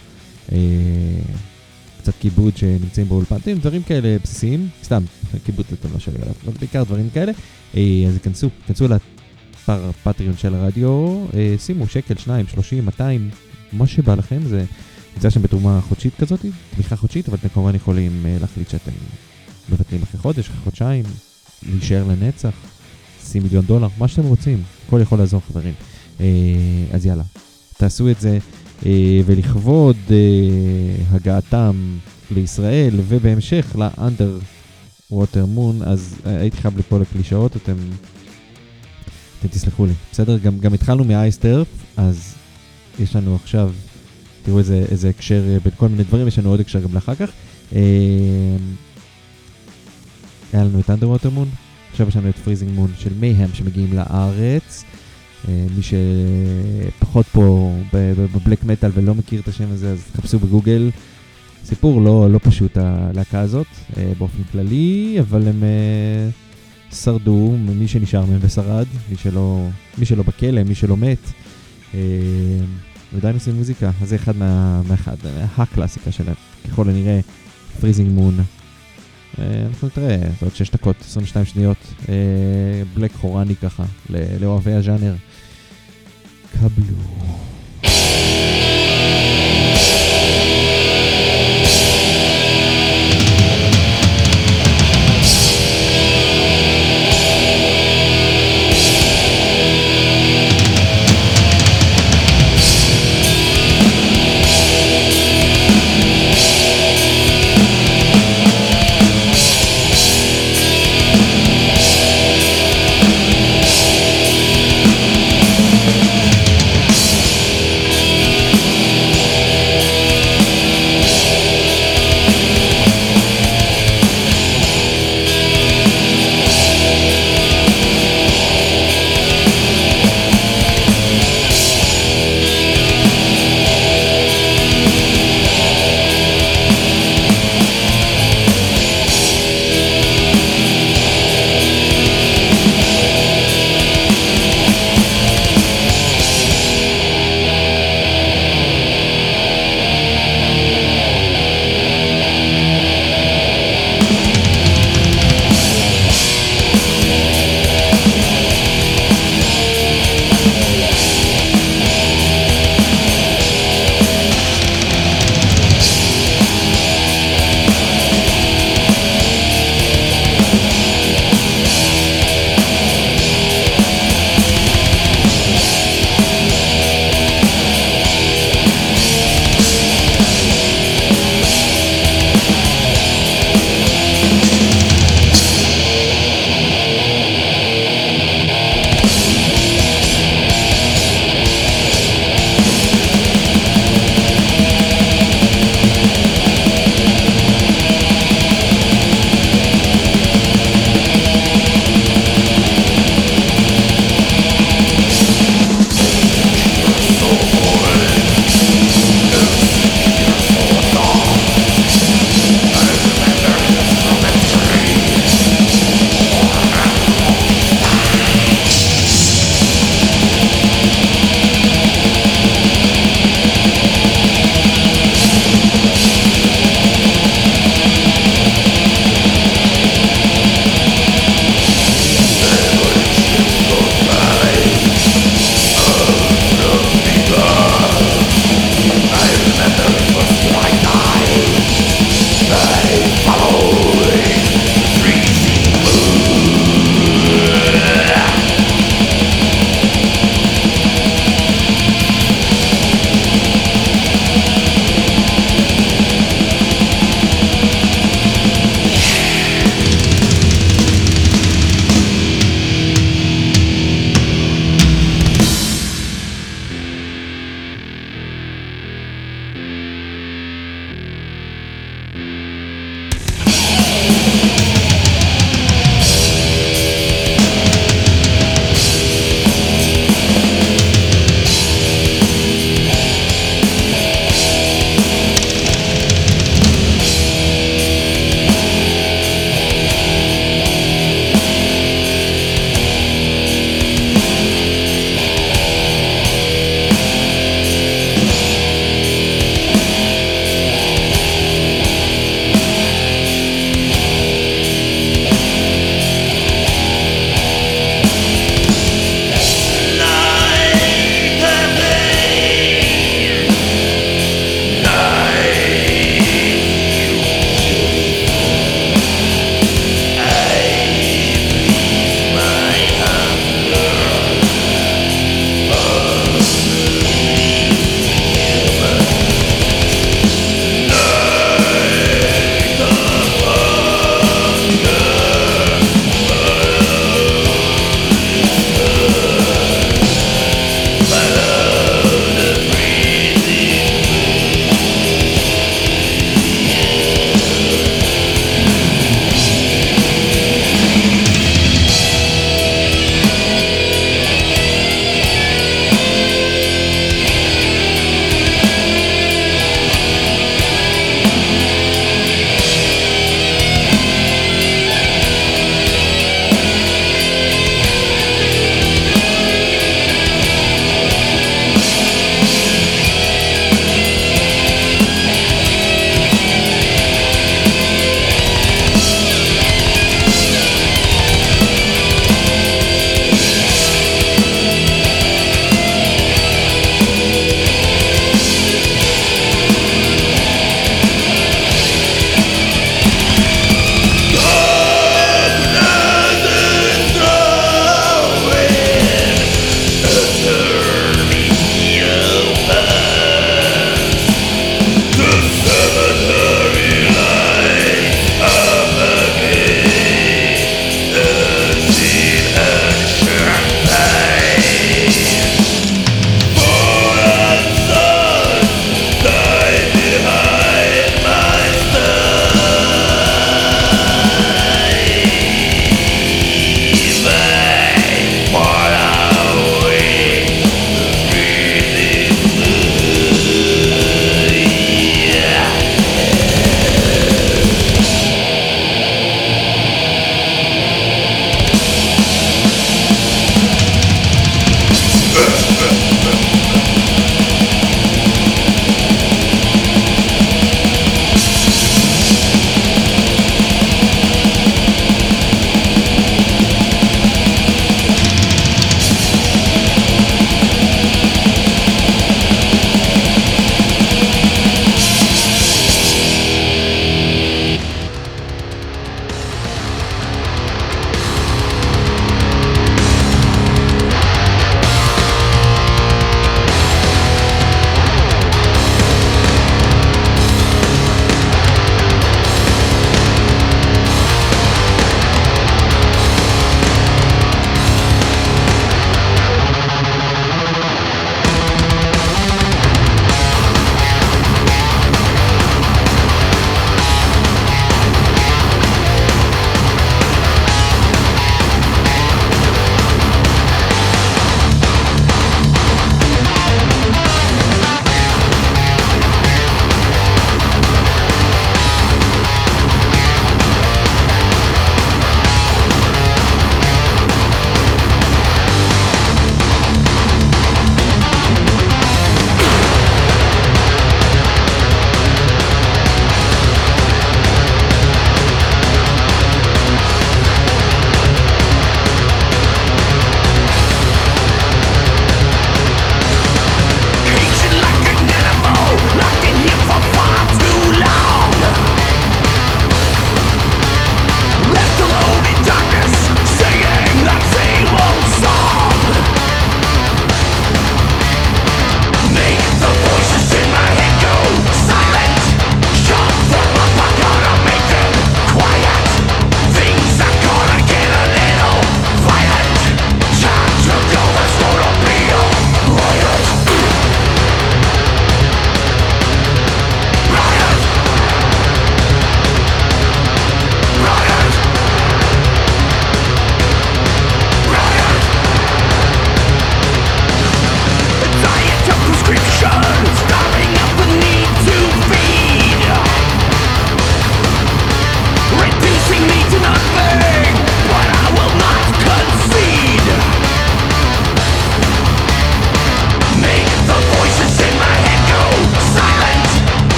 קצת כיבוד שנמצאים באולפן, דברים כאלה בסיסיים, סתם, כיבוד אתם לא שווה, אבל בעיקר דברים כאלה, אז כנסו לפטריון של הרדיו, שימו שקל, 2, 30, 200, מה שבא לכם, זה נמצא שם בתרומה חודשית כזאת, תמיכה חודשית, אבל אתם כמובן יכולים להחליט שאתם מבטלים אחרי חודש, אחרי חודשיים, להישאר לנצח, $20 מיליון, מה שאתם רוצים, הכל יכול לעזור חברים. אז יאללה, תעשו את זה, ולכבוד הגעתם לישראל, ובהמשך ל-Underwater Moon, אז הייתי חייב ליפול לקלישאות, אתם תסלחו לי, בסדר? גם התחלנו מ-Ice Turf, אז יש לנו עכשיו, תראו איזה הקשר בין כל מיני דברים, יש לנו עוד הקשר גם לאחר כך. היה לנו את Underwater Moon, עכשיו יש לנו את Freezing Moon של Mayhem שמגיעים לארץ. מי שפחות פה בבלק מטל ולא מכיר את השם הזה, אז תחפשו בגוגל. סיפור לא פשוט הלהקה הזאת באופן כללי, אבל הם שרדו, מי שנשאר מהם ושרד, מי שלא בכלא, מי שלא מת, עדיין עושים מוזיקה. אז זה אחד מהקלאסיקה שלהם, ככל הנראה Freezing Moon. אנחנו נתראה, זה עוד 6 דקות, 22 שניות, בלק חורני ככה, לאוהבי הז'אנר. קבלו.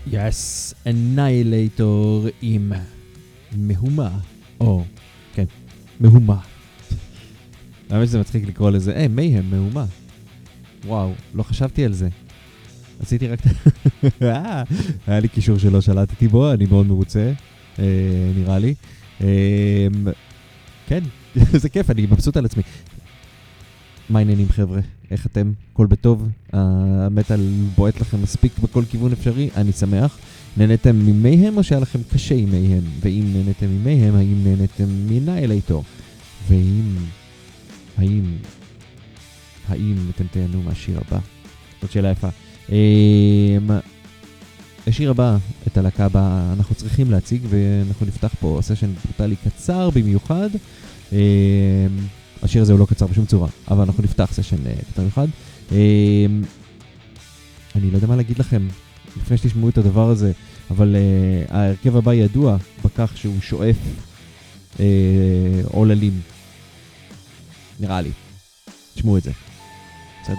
יס, אנאילייטור עם מהומה, או, כן, מהומה. האמת שזה מצחיק לקרוא לזה, מייהם, מהומה. וואו, לא חשבתי על זה. עשיתי רק... היה לי קישור שלא שלטתי בו, אני מאוד מרוצה, נראה לי. כן, זה כיף, אני מבסוט על עצמי. מה העניינים חבר'ה? איך אתם? הכל בטוב? המטל בועט לכם מספיק בכל כיוון אפשרי? אני שמח. נהנתם ממייהם או שהיה לכם קשה עם מייהם? ואם נהנתם ממייהם, האם נהנתם מאנאילייטור? האם אתם תהנו מהשיר הבא? זאת שאלה יפה. השיר הבא, את הלהקה הבאה, אנחנו צריכים להציג, ואנחנו נפתח פה סשן ברוטלי קצר במיוחד. השיר הזה הוא לא קצר בשום צורה, אבל אנחנו נפתח סשן קצר במיוחד. אני לא יודע מה להגיד לכם, לפני שתשמעו את הדבר הזה, אבל ההרכב הבא ידוע בכך שהוא שואף עוללים. נראה לי. תשמעו את זה. בסדר?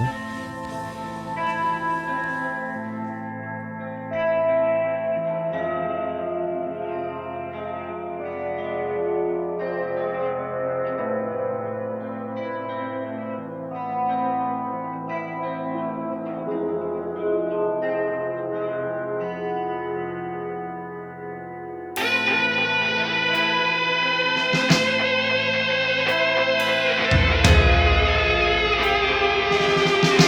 Thank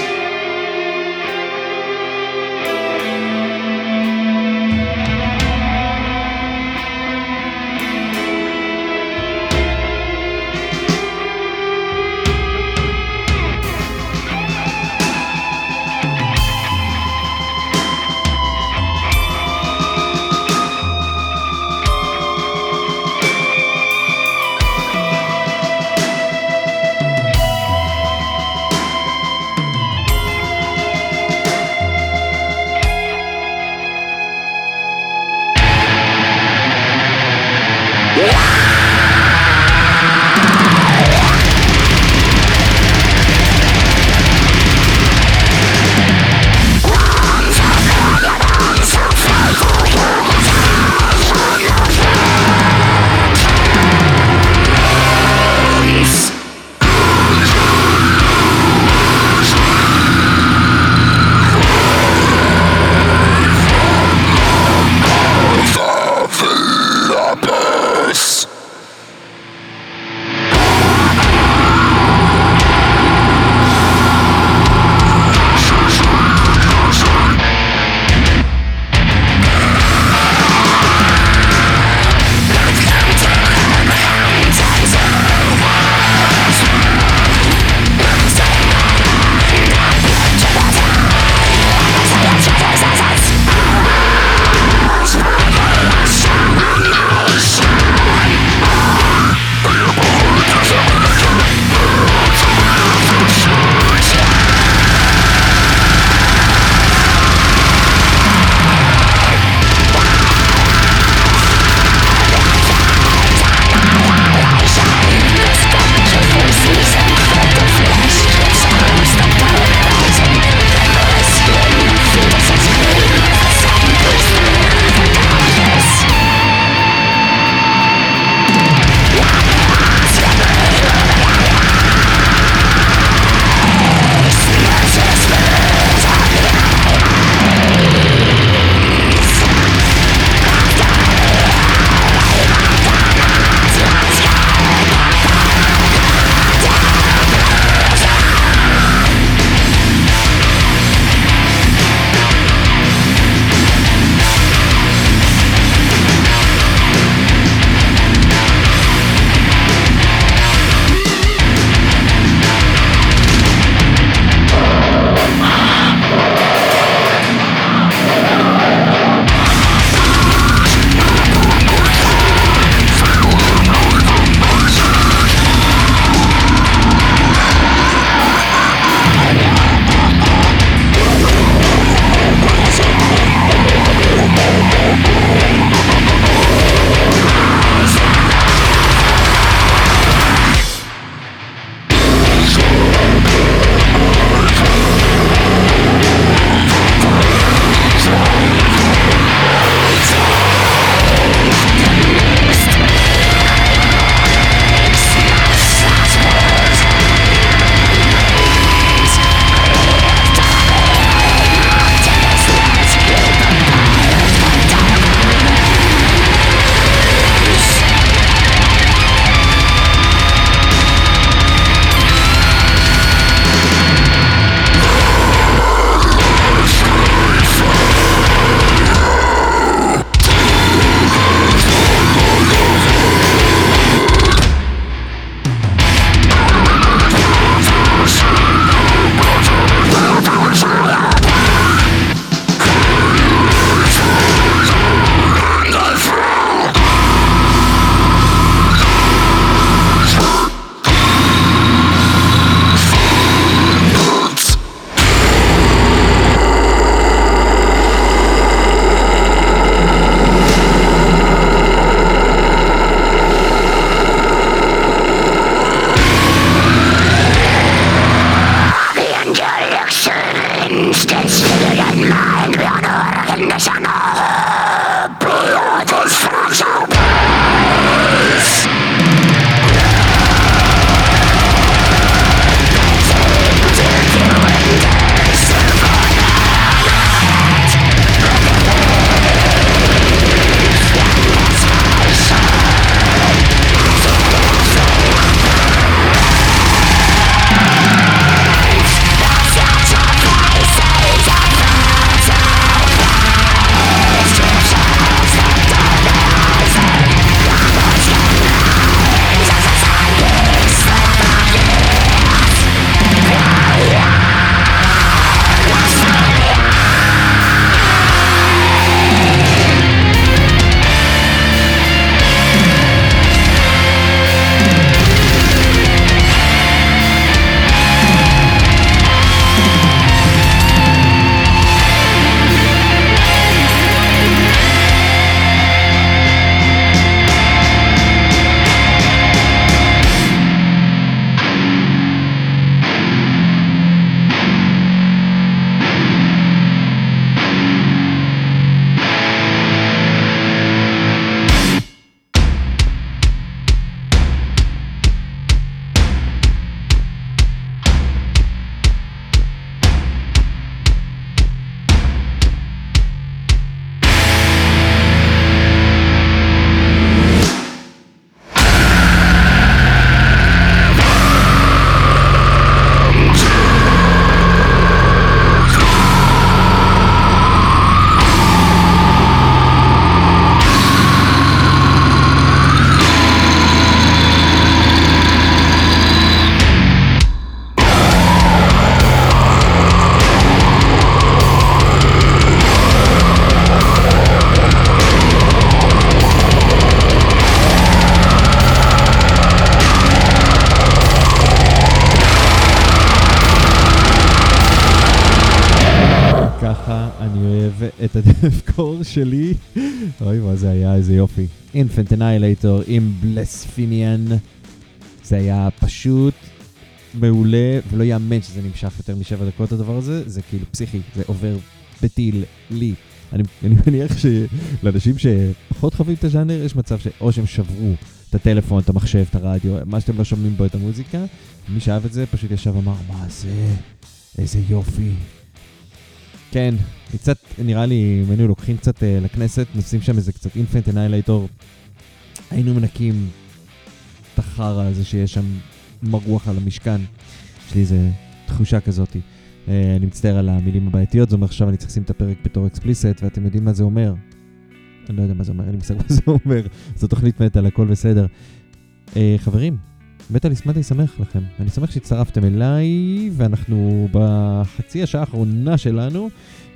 ככה אני אוהב את הדפקור שלי. אוי, מה זה היה, איזה יופי. Infant Annihilator עם בלספימיאן. זה היה פשוט מעולה, ולא יאמן שזה נמשך יותר מ7 דקות הדבר הזה. זה כאילו פסיכי, זה עובר בטיל לי. אני מניח שלאנשים שפחות חווים את הז'אנר, יש מצב שאו שהם שברו את הטלפון, את המחשב, את הרדיו, מה שאתם לא שומעים בו את המוזיקה. מי שאהב את זה פשוט ישב ואמר, מה זה? איזה יופי. כן, קצת, נראה לי, אם היינו לוקחים קצת לכנסת, נשים שם איזה קצת Infant Annihilator, היינו מנקים את החרא הזה שיש שם מרוח על המשכן. יש לי איזה תחושה כזאת. אני מצטער על המילים הבעייתיות, זאת אומרת, עכשיו אני צריך לשים את הפרק בתור אקספליסט, ואתם יודעים מה זה אומר. אני לא יודע מה זה אומר, אין לי מושג מה זה אומר. זו תוכנית מטל, הכל בסדר. חברים, מטליסט מדי שמח לכם. אני שמח שהצטרפתם אליי, ואנחנו בחצי השעה האחרונה שלנו,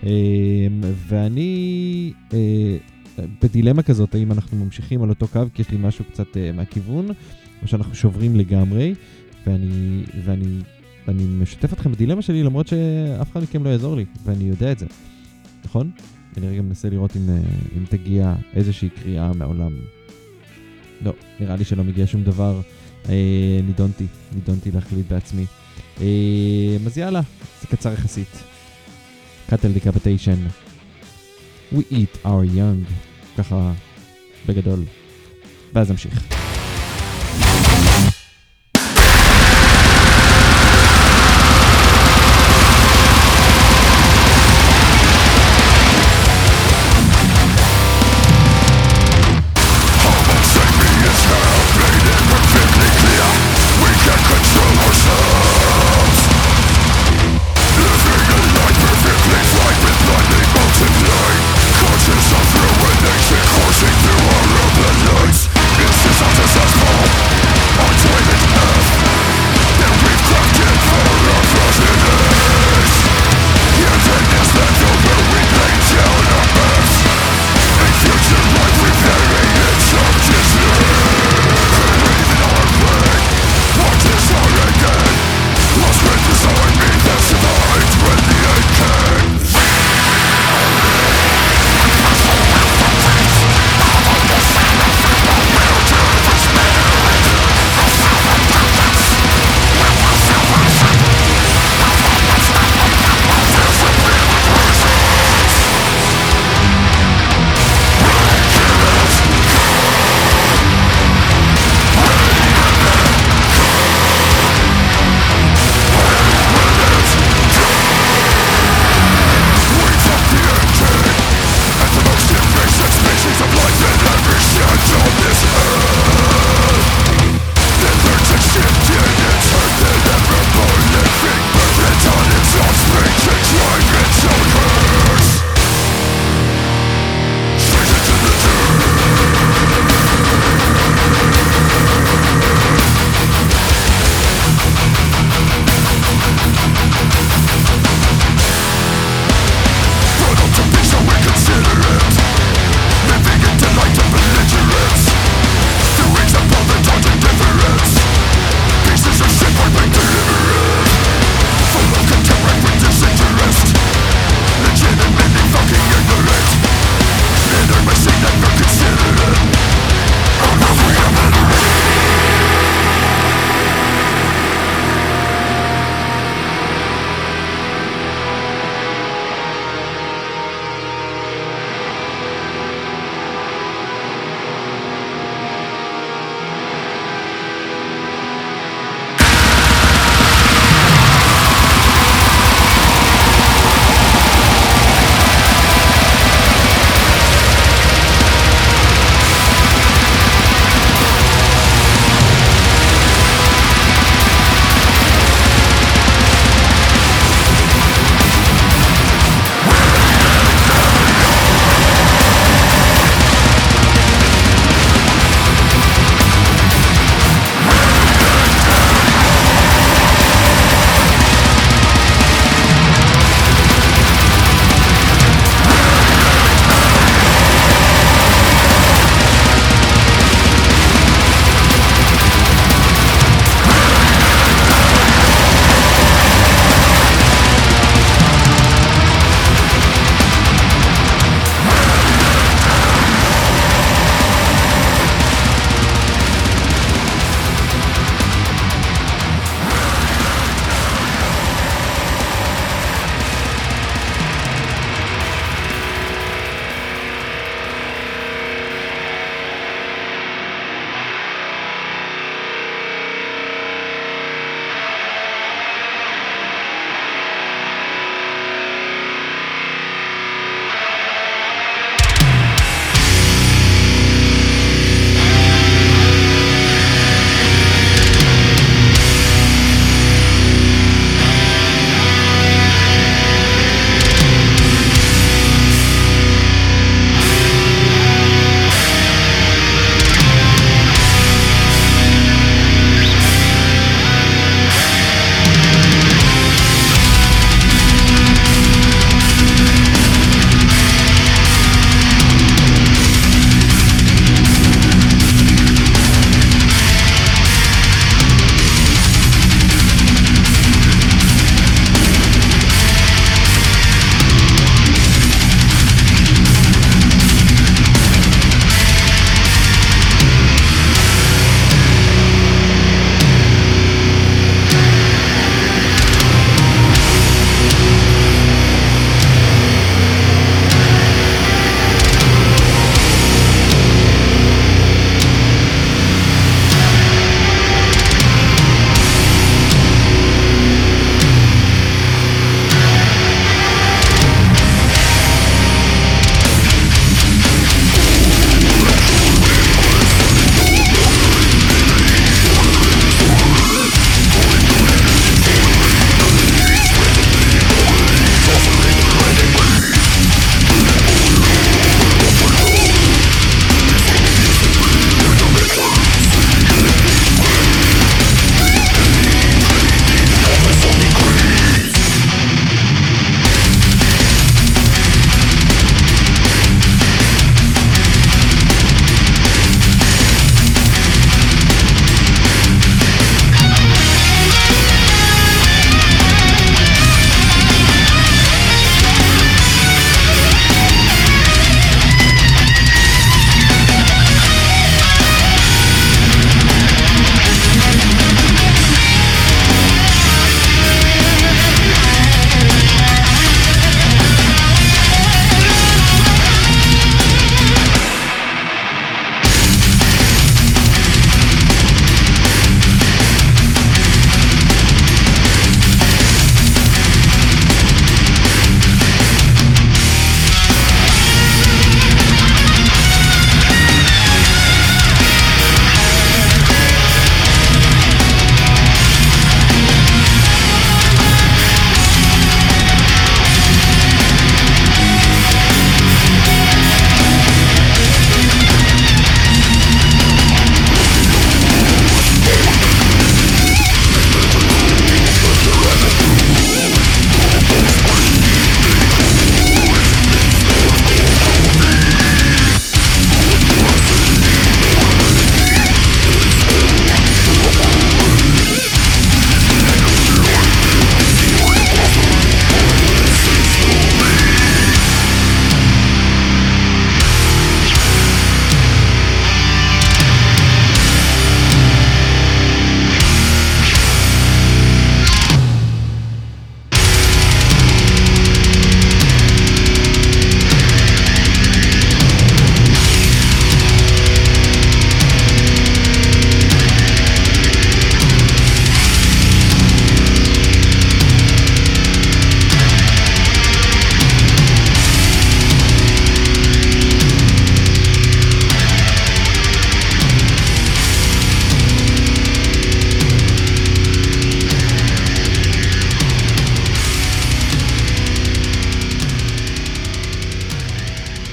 ואני בדילמה כזאת, האם אנחנו ממשיכים על אותו קו, כי יש לי משהו קצת מהכיוון, או שאנחנו שוברים לגמרי, ואני משתף אתכם בדילמה שלי, למרות שאף אחד מכם לא יעזור לי, ואני יודע את זה. נכון? אני רגע מנסה לראות אם תגיע איזושהי קריאה מהעולם. לא, נראה לי שלא מגיע שום דבר. נידונתי להחליט בעצמי. אז יאללה, זה קצר יחסית. Cattle Decapitation. We eat our young. ככה בגדול. ואז נמשיך. Coursing through all of the lights. This is unsuccessful.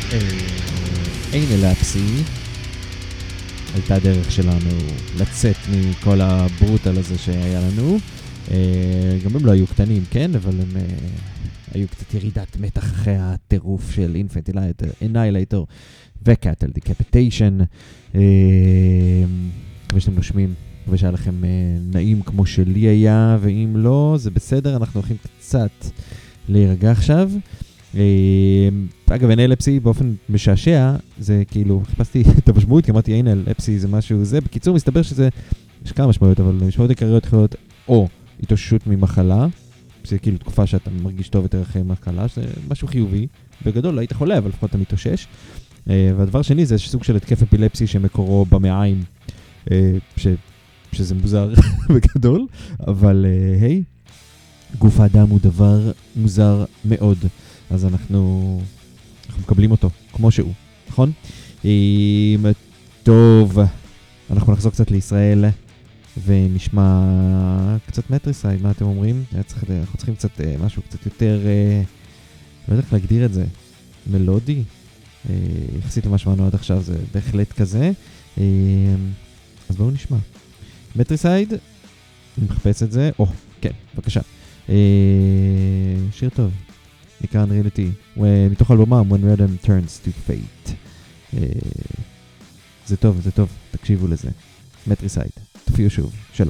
אנלפסי הייתה דרך שלנו לצאת מכל הברוטל הזה שהיה לנו. גם הם לא היו קטנים, כן? אבל הם היו קצת ירידת מתח אחרי הטירוף של אינפנט אנאילייטור וקאטל דיקפיטיישן. מקווה שאתם נושמים, מקווה שהיה לכם נעים כמו שלי היה, ואם לא, זה בסדר, אנחנו הולכים קצת להירגע עכשיו. אגב, אנלפסי באופן משעשע, זה כאילו, חיפשתי את המשמעות, כי אמרתי אנלפסי זה משהו זה, בקיצור מסתבר שזה, יש כמה משמעויות, אבל משמעות עיקריות יכולות או התאוששות ממחלה, זה כאילו תקופה שאתה מרגיש טוב יותר אחרי מחלה, שזה משהו חיובי, בגדול לא היית חולה, אבל לפחות אתה מתאושש. והדבר שני זה סוג של התקף אפילפסי שמקורו במעיים, שזה מוזר בגדול, אבל היי, גוף האדם הוא דבר מוזר מאוד, אז אנחנו מקבלים אותו כמו שהוא, נכון? טוב, אנחנו נחזור קצת לישראל ונשמע קצת מטריסייד, מה אתם אומרים? אנחנו צריכים קצת משהו קצת יותר, לא יודע איך להגדיר את זה, מלודי, יחסית למה שמענו עד עכשיו זה בהחלט כזה, אז בואו נשמע. מטריסייד, אני מחפש את זה, כן, בבקשה. שיר טוב, נקרא Unreality, מתוך אלבומם When Rhythm Turns to Fate. זה טוב, זה טוב, תקשיבו לזה. מטריסייד, תופיעו שוב, שלום.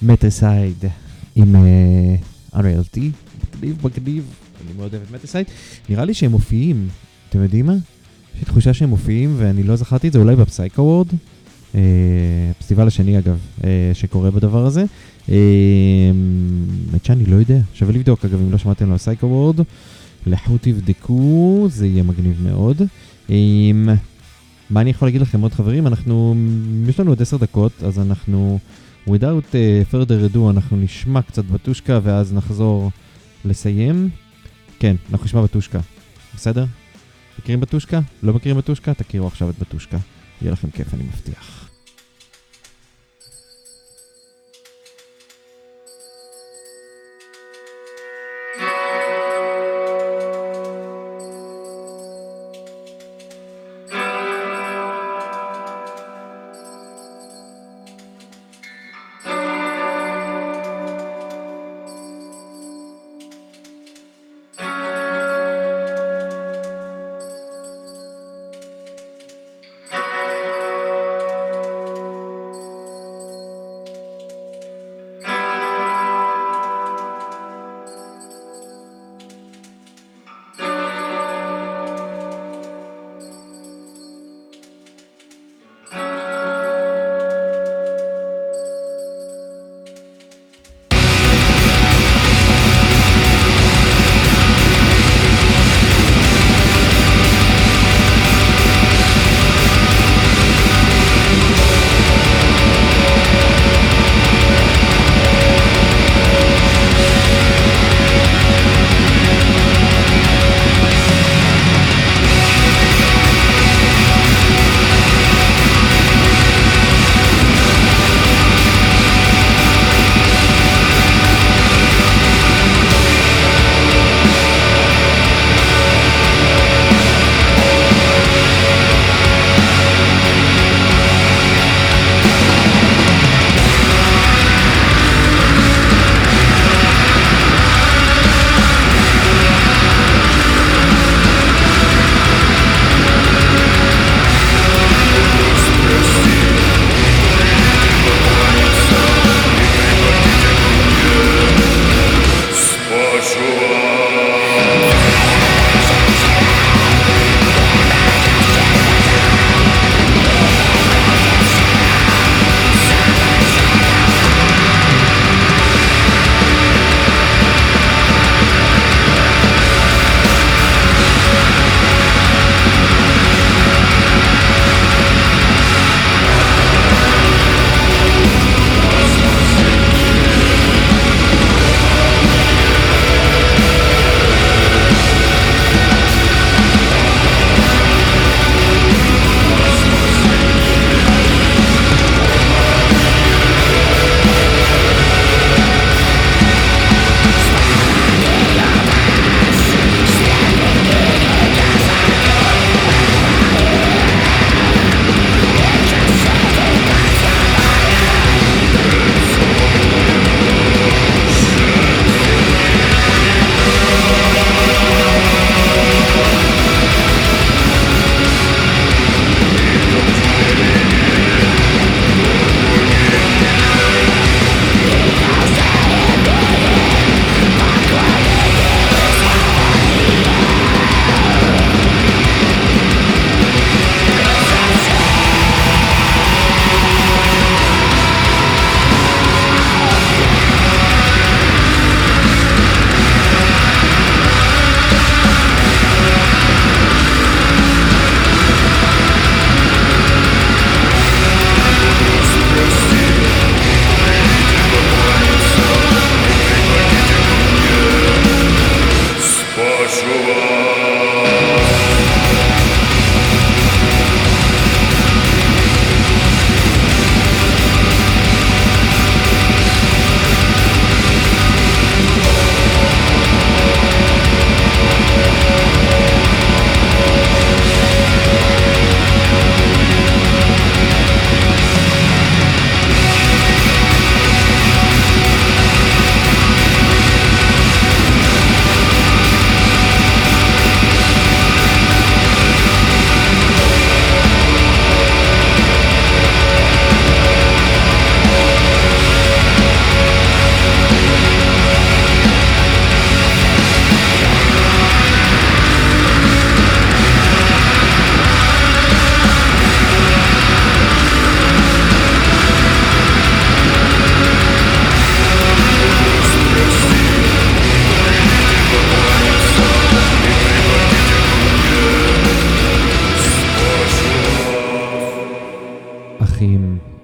מטסייד עם RLT, מגניב, אני מאוד אוהב את מטסייד. נראה לי שהם מופיעים, אתם יודעים מה? יש לי תחושה שהם מופיעים ואני לא זכרתי את זה, אולי בפסייקו וורד, הפסטיבל השני אגב, שקורה בדבר הזה. את שאני לא יודע, שווה לבדוק אגב, אם לא שמעתם לו פסייקו וורד, לכו תבדקו, זה יהיה מגניב מאוד. מה אני יכול להגיד לכם עוד חברים? יש לנו עוד 10 דקות, אז אנחנו, without further ado, אנחנו נשמע קצת בטושקה, ואז נחזור לסיים. כן, אנחנו נשמע בטושקה, בסדר? מכירים בטושקה? לא מכירים בטושקה? תכירו עכשיו את בטושקה. יהיה לכם כיף, אני מבטיח.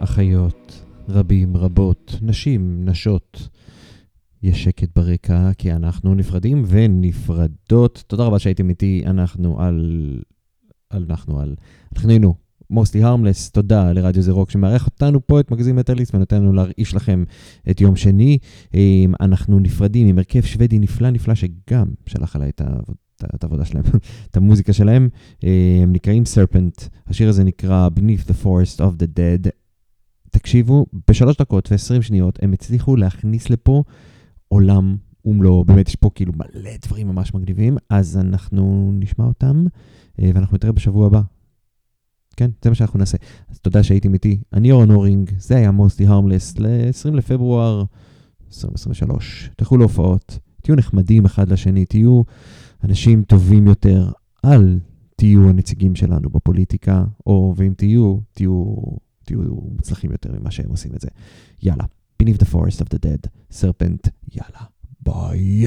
חיות, רבים, רבות, נשים, נשות. יש שקט ברקע, כי אנחנו נפרדים ונפרדות. תודה רבה שהייתם איתי, אנחנו היינו Mostly Harmless. תודה לרדיו זה רוק שמארח אותנו פה, את מגזין מטאליסט, ונותן לנו להרעיש לכם את יום שני. אנחנו נפרדים עם הרכב שוודי נפלא, שגם שלח עליי את העבודה שלהם, את המוזיקה שלהם. הם נקראים Serpent, השיר הזה נקרא Beneath the Forest of the Dead. תקשיבו, ב3 דקות ו20 שניות הם הצליחו להכניס לפה עולם ומלואו, באמת יש פה כאילו מלא דברים ממש מגניבים, אז אנחנו נשמע אותם, ואנחנו נתראה בשבוע הבא. כן, זה מה שאנחנו נעשה. אז תודה שהייתם איתי, אני אורן הורינג, זה היה Mostly Harmless, ל-20 לפברואר 2023. תלכו להופעות, תהיו נחמדים אחד לשני, תהיו אנשים טובים יותר, אל תהיו הנציגים שלנו בפוליטיקה, ואם תהיו מוצלחים יותר ממה שהם עושים את זה. יאללה, Beneath the Forest of the Dead, Serpent, יאללה, ביי.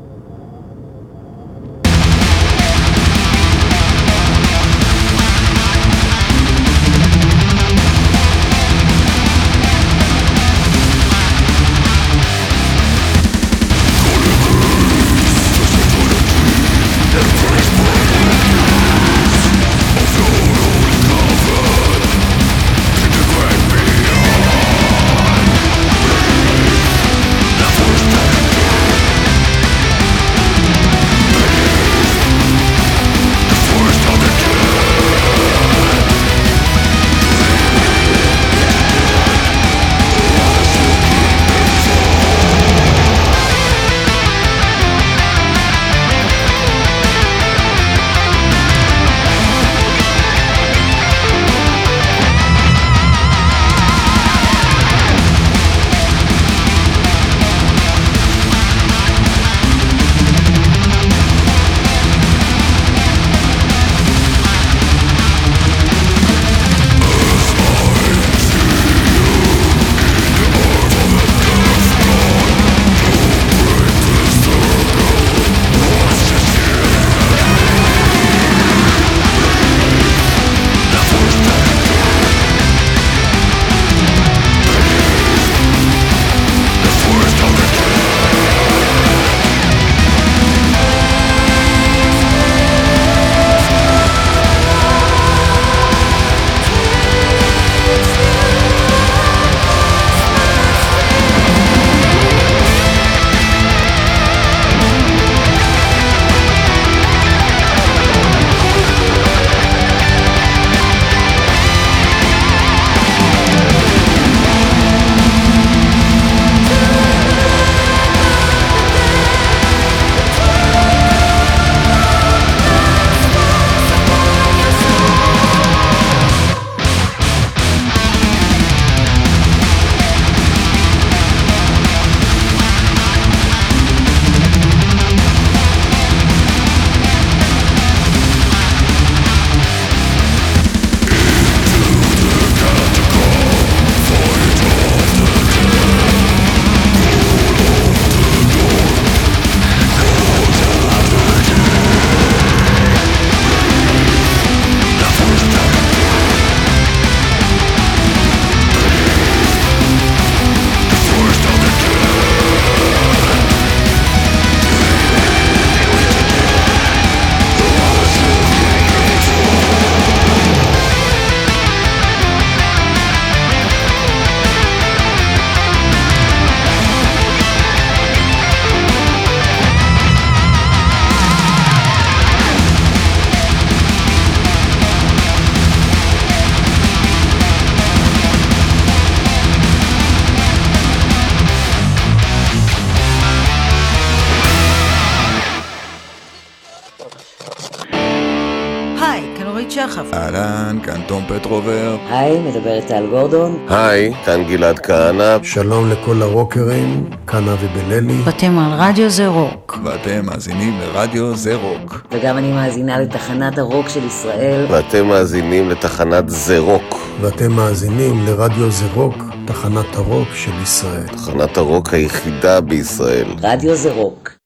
שחף. אהלן, כאן תום פטרובר. היי, מדברת טל גורדון. היי, כאן גלעד כהנא. שלום לכל הרוקרים, כאן אבי בללי. ואתם על רדיו זה רוק. ואתם מאזינים לרדיו זה רוק. וגם אני מאזינה לתחנת הרוק של ישראל. ואתם מאזינים לתחנת זה רוק. ואתם מאזינים לרדיו זה רוק, תחנת הרוק של ישראל. תחנת הרוק היחידה בישראל. רדיו זה רוק.